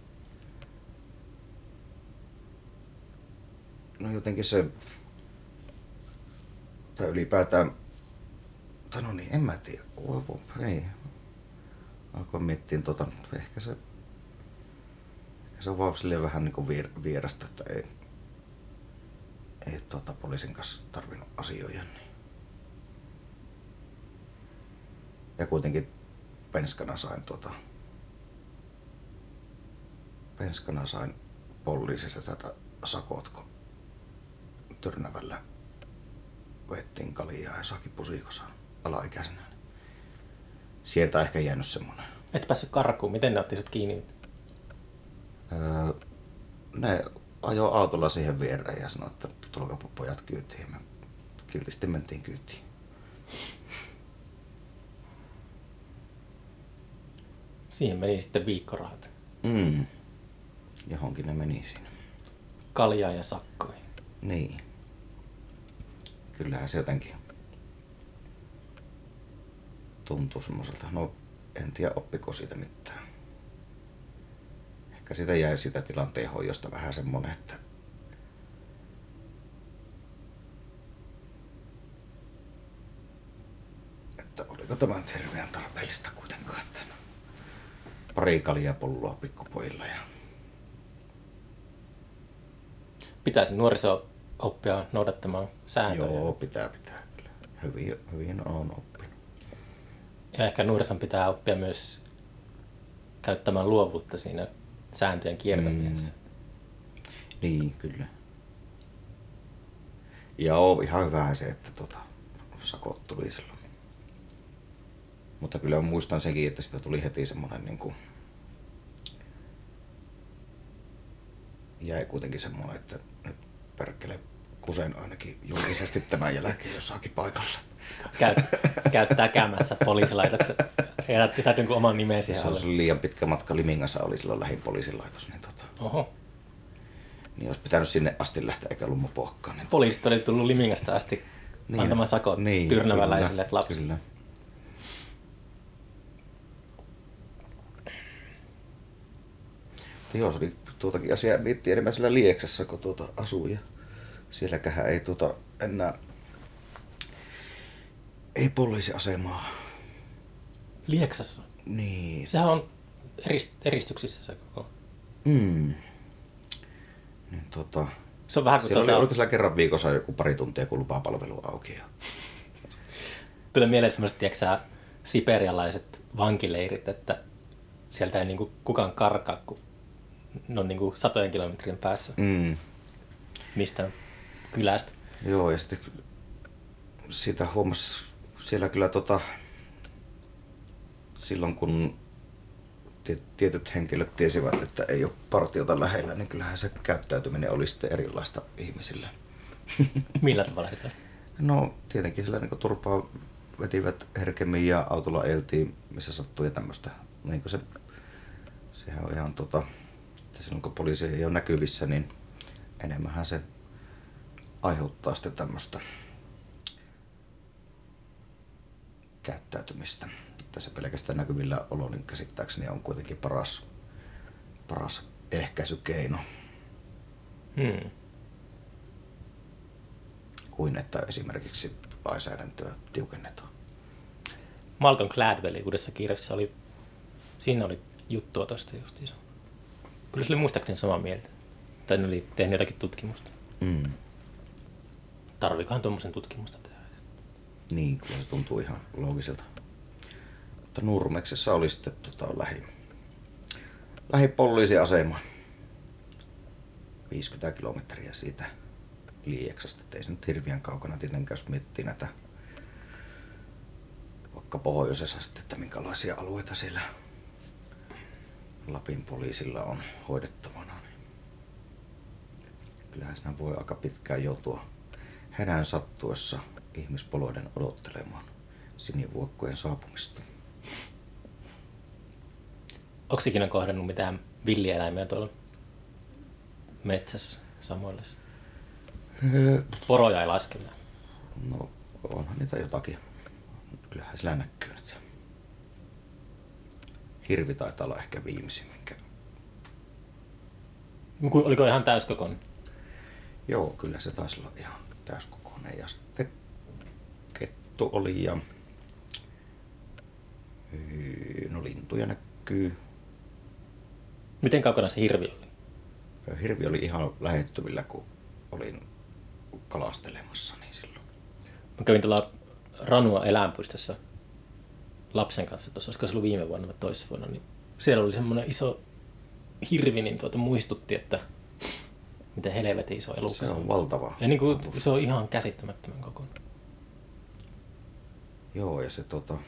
no jotenkin se tai ylipäätään no niin, en mä tiedä. Niin. Alkoin miettiä ehkä se on vaan silleen vähän niin kuin vierasta, että ei poliisin kanssa tarvinnut asioida. Niin. Ja kuitenkin penskana sain poliisista tätä sakot, kun Tyrnävällä vettiin kaljaa ja saakin pusikossa alaikäisenä. Sieltä on ehkä jäänyt semmonen. Et päässyt karkuun. Miten ne otti sut kiinni? Ne ajoi autolla siihen viereen ja sanoi, että tulkaa pojat kyytiin. Ja me kiltisti mentiin kyytiin. Siihen meni sitten viikkorahat. Johonkin ne meni siinä. Kaljaa ja sakkoihin. Niin. Kyllähän se jotenkin tuntuu semmoiselta. No en tiedä oppiko siitä mitään. Ehkä siitä jäi sitä tilanteen hoidosta vähän semmonen, että oliko tämä nyt hirveän tarpeellista kuitenkaan, että pari kaljapulloa pikkupojilla ja Pitäisi nuoriso oppia noudattamaan sääntöjä. joo, pitää kyllä. Hyvin on oppinut. Ja ehkä nuorison pitää oppia myös käyttämään luovuutta siinä sääntöjen kiertämisessä. Niin, kyllä. Ja on ihan hyvä se, että sakot tuli silloin. Mutta kyllä muistan senkin, että sitä tuli heti semmoinen niinku jäi kuitenkin semmoinen, että nyt perkele kusen ainakin julkisesti tämän jälkeen jossakin paikalla. Käyttää käymässä poliisilaitoksen. Ei täytyy kuin oman nimen siihen Se olisi liian pitkä matka Limingassa, oli silloin lähin poliisilaitos. Niin, Oho. Niin olisi pitänyt sinne asti lähteä eikä ollut mopoakkaan. Niin Poliisit oli tullut Limingasta asti antamaan sakot tyrnäväläisille lapsille. Kyllä. Joo, se oli tuotakin asiaa miettiä enemmän siellä Lieksassa, kun asuu. Ja sielläköhän ei enää ei poliisiasemaa. Lieksassa? Niin. Sehän on eristyksissä se koko. Niin Se on vähän kuin siellä oliko siellä kerran viikossa joku pari tuntia, kun lupapalvelu auki. Tulee mieleen semmoiset, tiedätkö siperialaiset vankileirit, että sieltä ei niinku kukaan karkaa, kun ne on niinku 100 kilometrin päässä mistä kylästä. Joo, ja sitten sitä huomasi siellä kyllä silloin kun tietyt henkilöt tiesivät, että ei ole partiota lähellä, niin kyllähän se käyttäytyminen oli sitten erilaista ihmisille. Millä tavalla erilaista? No tietenkin sillä niin turpaa vetivät herkemmin ja autolla ajeltiin, missä sattui ja tämmöistä. Niin sehän on ihan että silloin kun poliisi ei ole näkyvissä, niin enemmänhän se aiheuttaa sitten tämmöistä käyttäytymistä. Että se pelkästään näkyvillä olo, niin käsittääkseni on kuitenkin paras ehkäisykeino. Kuin että esimerkiksi lainsäädäntöä tiukennetaan. Malcolm Gladwell uudessa kirjassa siinä oli juttua tuosta justiinsa. Kyllä se oli muistaakseni samaa mieltä. Tai ne oli tehnyt jotakin tutkimusta. Tarviikohan tuommoisen tutkimusta tehdä? Niin, kyllä se tuntuu ihan loogiselta. Mutta Nurmeksessa oli sitten lähipoliisiasema. 50 kilometriä siitä Lieksasta. Ei se nyt hirveän kaukana tietenkään, jos miettii näitä vaikka pohjoisessa sitten, että minkälaisia alueita siellä Lapin poliisilla on hoidettavana. Kyllähän siinä voi aika pitkään joutua hädän sattuessa ihmispoloiden odottelemaan sinivuokkojen saapumista. Onko ikinä kohdannut mitään villieläimiä tuolla metsässä Samoilessa? Poroja ei laskella. No onhan niitä jotakin. Kyllähän sillä näkyy nyt. Hirvi taitaa olla ehkä viimeisin. Oliko ihan täyskokoinen? Joo, kyllä se taisi olla ihan täyskokoinen. Ja sitten kettu oli ja no lintuja näkyy. Miten kaukana se hirvi oli? Hirvi oli ihan lähettyvillä, kun olin kalastelemassa niin silloin. Mä kävin tuolla Ranua eläinpuistossa lapsen kanssa, tuossa olisiko se ollut viime vuonna vai toissa vuonna, niin siellä oli semmoinen iso hirvi, niin muistutti, että miten helvetin iso elukka se on. Valtava. Ja niin kuin, se on ihan käsittämättömän kokoinen. Joo, ja se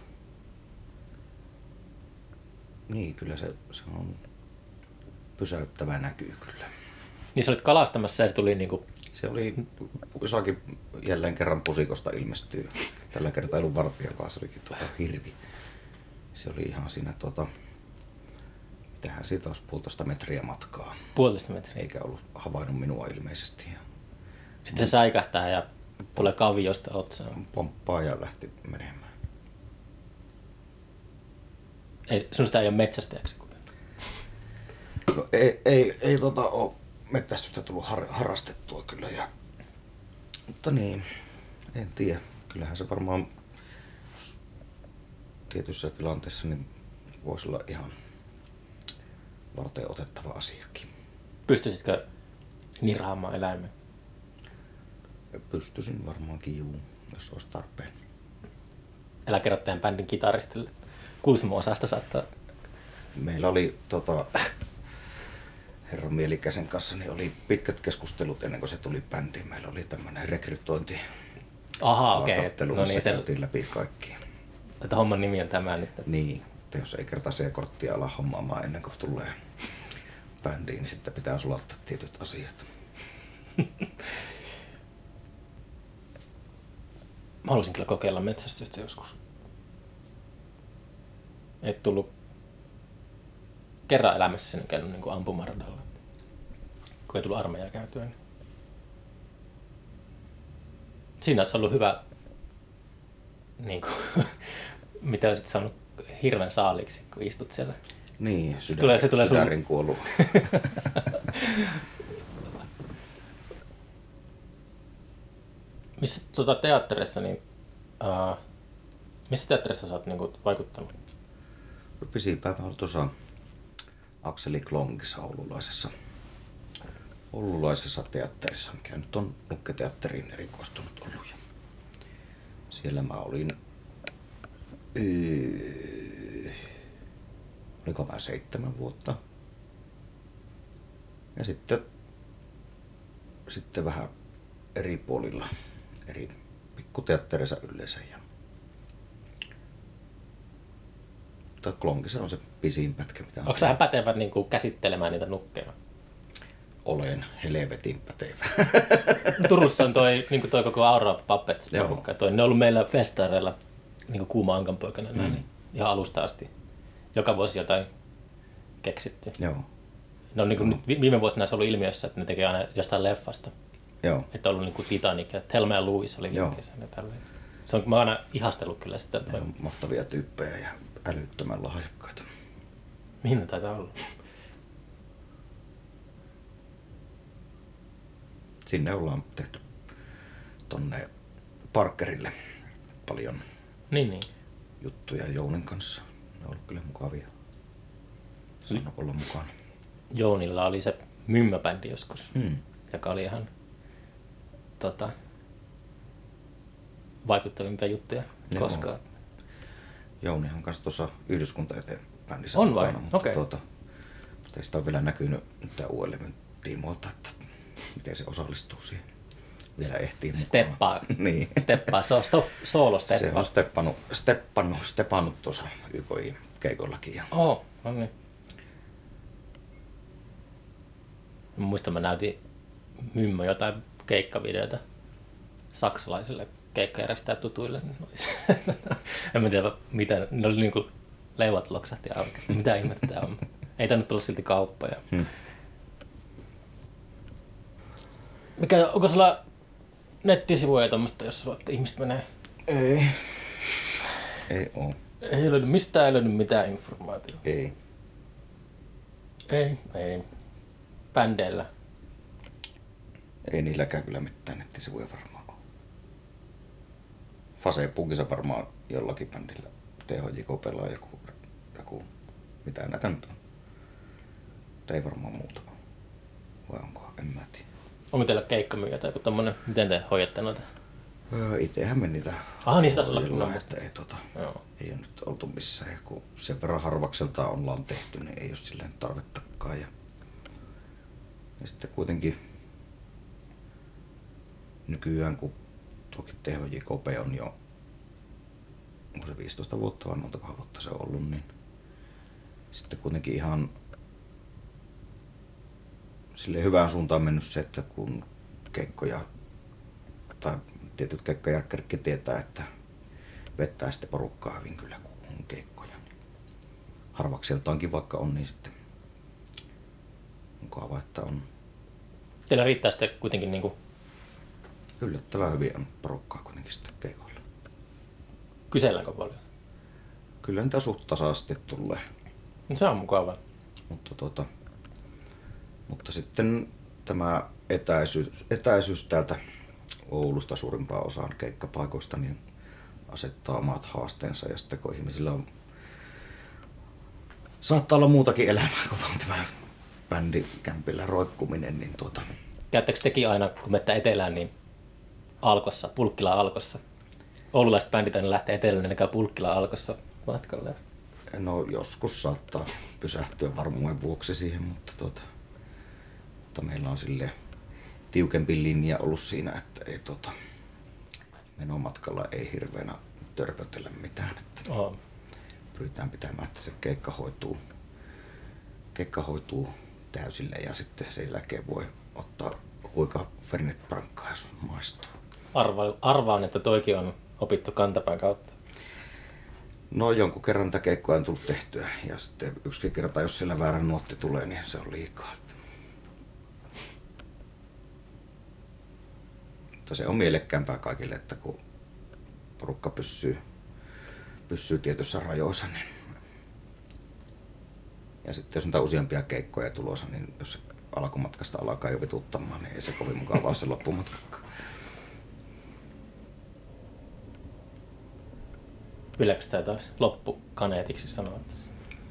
niin, kyllä se on pysäyttävä näkyy kyllä. Niin sä olit kalastamassa ja se tuli niinku... Se oli jossakin jälleen kerran pusikosta ilmestyy. Tällä kertaa ei ollut vartija, vaan se olikin hirvi. Se oli ihan siinä mitähän siitä olisi 1,5 metriä matkaa. 1,5 metriä? Eikä ollut havainnut minua ilmeisesti. Sitten se säikähtää ja tulee kaviosta otsaan. Pomppaa ja lähti menemään. Sinusta ei ole metsästäjäksi? No, ei ole metsästystä tullut harrastettua kyllä. Mutta niin, en tiedä. Kyllähän se varmaan tietyssä tilanteessa niin voisi olla ihan varten otettava asiakin. Pystyisitkö nirhaamaan eläimen? Pystyisin varmaankin juu, jos olisi tarpeen. Älä kerro teidän bändin kitaristille. Kuusmo-osasta saattaa. Meillä oli herran Mielikäisen kanssa niin oli pitkät keskustelut ennen kuin se tuli bändiin. Meillä oli tämmöinen rekrytointi. Aha, okei. Haastattelu, No niin, missä käytiin läpi kaikki. Että homman nimi on tämä nyt. Niin, että jos ei kerta C-korttia ala hommaamaan ennen kuin tulee bändiin, niin sitten pitää sulattaa tietyt asiat. Mä haluaisin kyllä kokeilla metsästystä joskus. Ei tullut kerran elämässäni käynyt niin ampumaradalla. Kun ei tullut armeijaa käytyä. Niin. Siinä olisi ollut hyvä, niin kuin, mitä olisit saanut hirveän saaliksi, kun istut siellä. Niin, sydärin kuollut. Missä teatterissa, niin, missä teatterissa sä oot niin kuin, vaikuttanut? Pisimpään mä olin tuossa Akseli Klonkissa oululaisessa teatterissa, mikä nyt on Nukketeatteriin erikoistunut ollut. Ja siellä mä olin, oliko mä 7 vuotta. Ja sitten vähän eri puolilla, eri pikkuteatterissa yleensä. Mutta Klonkissa on se pisin pätkä, mitä on. Onko sä pätevä niin kuin, käsittelemään niitä nukkeja? Olen helvetin pätevä. Turussa on toi, niin toi koko Aura of Puppets porukka. Ne on ollut meillä festareilla niin kuuma ankanpoikana niin ihan alusta asti. Joka vuosi jotain keksitty. Joo. Ne on niin kuin, nyt viime vuosina näissä ollut ilmiössä, että ne tekee aina jostain leffasta. Joo. Että on ollut niin kuin Titanic ja Thelma ja Louise oli viime kesänä. Se on, mä oon aina ihastellut kyllä sitä. Mahtavia tyyppejä ja älyttömän lahjakkaita. Mihin ne taitaa olla? Sinne ollaan tehty tonne Parkerille paljon juttuja Jounin kanssa. Ne on ollut kyllä mukavia. Saanut olla mukana. Jounilla oli se mymmäbändi joskus, joka oli ihan vaikuttavimpia juttuja koskaan. Jounihan kanssa tuossa Yhdyskuntaeteen bändissä on vai? Okei. Mutta ei sitä ole vielä näkynyt tämän uuden levyn tiimoilta, että miten se osallistuu siihen. Vielä ehtii mukaan. Steppaa. Niin. Steppaa, se on soolosteppa. Se on steppannut tuossa YKI-keikollakin. No niin. Mä muistan, mä näytin Mymmö jotain keikkavideota saksalaisille keikkajärjestää tutuille. En mä tiedä, mitä. Ne oli niinku leuat loksahti auki. Mitä ihmettä tää on? Ei tainnut tulla silti kauppoja. Onko sulla nettisivuja tommoista, jos ihmiset menee? Ei oo. Mistään ei löydy mitään informaatiota. Ei. Ei. Bändeillä. Ei niilläkään kyllä mitään nettisivuja varmaan ole. Facebookissa varmaan jollakin bändillä. THJK-pelaa joku. Mitä näitä nyt on? Mutta ei varmaan muuta ole. Vai onko? En mä tiedä. Onko teillä keikkamyyjä tai joku tommonen? Miten te hoidatte noita? Itsehän me niitä niistä sulla että ei ole nyt oltu missään. Ja kun sen verran harvakselta ollaan tehty, niin ei ole silleen tarvettakaan. Ja sitten kuitenkin nykyään, kun tuokin THJKP on jo, onko se 15 vuotta vai montakohan vuotta se on ollut, niin sitten kuitenkin ihan silleen hyvään suuntaan mennyt se, että kun keikkoja tai tietyt keikkajärkkärikki tietää, että vettää sitten porukkaa hyvin kyllä, kun on keikkoja. Harvakseltaankin vaikka on, niin sitten mukava, että on. Teillä riittää sitten kuitenkin niinku Yllättävän hyvin on porukkaa kuitenkin sitten keikoilla. Kyselläänkö paljon? Kyllä niitä suht tasaisesti tulee. No, se on mukavaa. Mutta sitten tämä etäisyys täältä Oulusta suurimpaan osaan keikkapaikoista niin asettaa omat haasteensa ja sitten kun ihmisillä on, saattaa olla muutakin elämää kuin vaan tämä bändikämpillä roikkuminen. Niin Käyttäkö tekin aina, kun menette etelään, niin Alkossa, Pulkkilan Alkossa? Oululaiset bändit aina lähtee etelään, niin ne käy Pulkkilan Alkossa matkalle. No joskus saattaa pysähtyä varmuuden vuoksi siihen, mutta meillä on silleen tiukempi linja ollut siinä, että ei menomatkalla ei hirveänä törpötellä mitään. Että pyritään pitämään, että se keikka hoituu täysille ja sitten sen jälkeen voi ottaa huika Fernet Brancaa, jos maistuu. Arvaan, että toikin on opittu kantapään kautta. No jonkun kerran tätä keikkoa on tullut tehtyä ja sitten yksi kerta, jos siellä väärä nuotti tulee, niin se on liikaa. Mutta se on mielekkäämpää kaikille, että kun porukka pysyy tietyissä rajoissa, niin ja sitten jos on useampia keikkoja tulossa, niin jos se alkumatkasta alkaa jo vituttamaan, niin ei se kovin mukavaa se loppumatkakaan. Vieläkö sitä taas loppukaneetiksi sanoa tässä?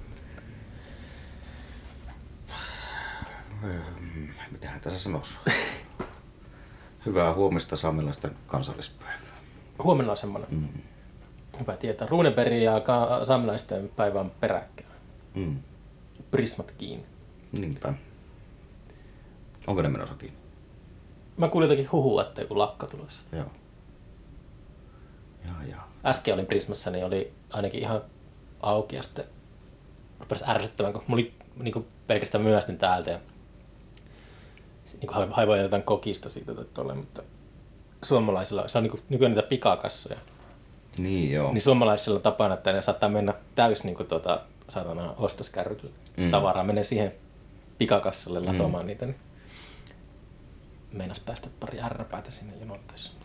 Mitähän tässä sanoisi? Hyvää huomista saamelaisten kansallispäivää. Huomenna on semmoinen. Hyvä tietää. Runebergin ja saamelaisten päivä on peräkkäin. Prismat kiinni. Niinpä. Onko ne menossa kiinni? Mä kuulin jotakin huhua, että joku lakka tulossa. Joo. Joo. Äsken olin Prismassa, niin oli ainakin ihan auki ja sitten rupesi ärsyttämään, kun mulla oli niin pelkästään myöstyn täältä ja niin haivoin jotain kokista siitä tolle, mutta suomalaisilla, se on niin nykyään niitä pikakassoja. Niin joo. Niin suomalaisilla on tapana, että ne saattaa mennä täys niin saatana ostoskärryt. Tavaraa menee siihen pikakassalle latomaan niitä. Niin meinas päästä pari ärräpäätä sinne jonottaessa.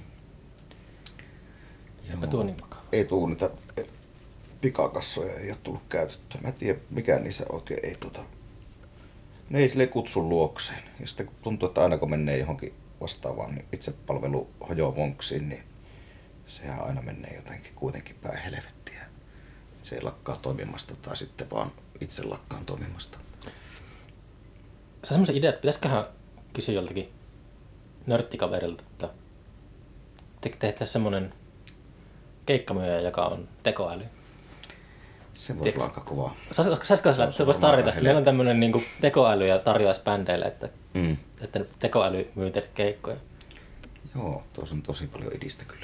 Eipä tuo niin vakava. Ei tuu niitä pikakassoja, ei ole tullut käytettyä. Mä en tiedä mikä niissä oikein ei ne ei silleen kutsu luokseen. Ja sitten kun tuntuu, että aina kun menee johonkin vastaavaan niin itsepalvelu hojovonksiin, niin sehän aina menee jotenkin kuitenkin päin helvettiä. Se ei lakkaa toimimasta tai sitten vaan itse lakkaan toimimasta. Se on semmoisen idea, että pitäisiköhän kysyä joltakin nörttikaverilta, että tehdään semmoinen keikkamyyjä, joka on tekoäly. Se voisi olla aika kovaa. Saisiko sillä, että voisi tarjota, että meillä on tämmöinen niin tekoäly ja tarjoaisi bändeille, että tekoäly myy teille keikkoja. Joo, tuossa on tosi paljon idistä kyllä.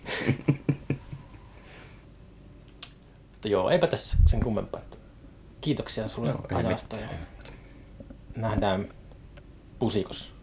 Mutta joo, eipä tässä sen kummempaa. Kiitoksia sulle ajasta ja nähdään pusikossa.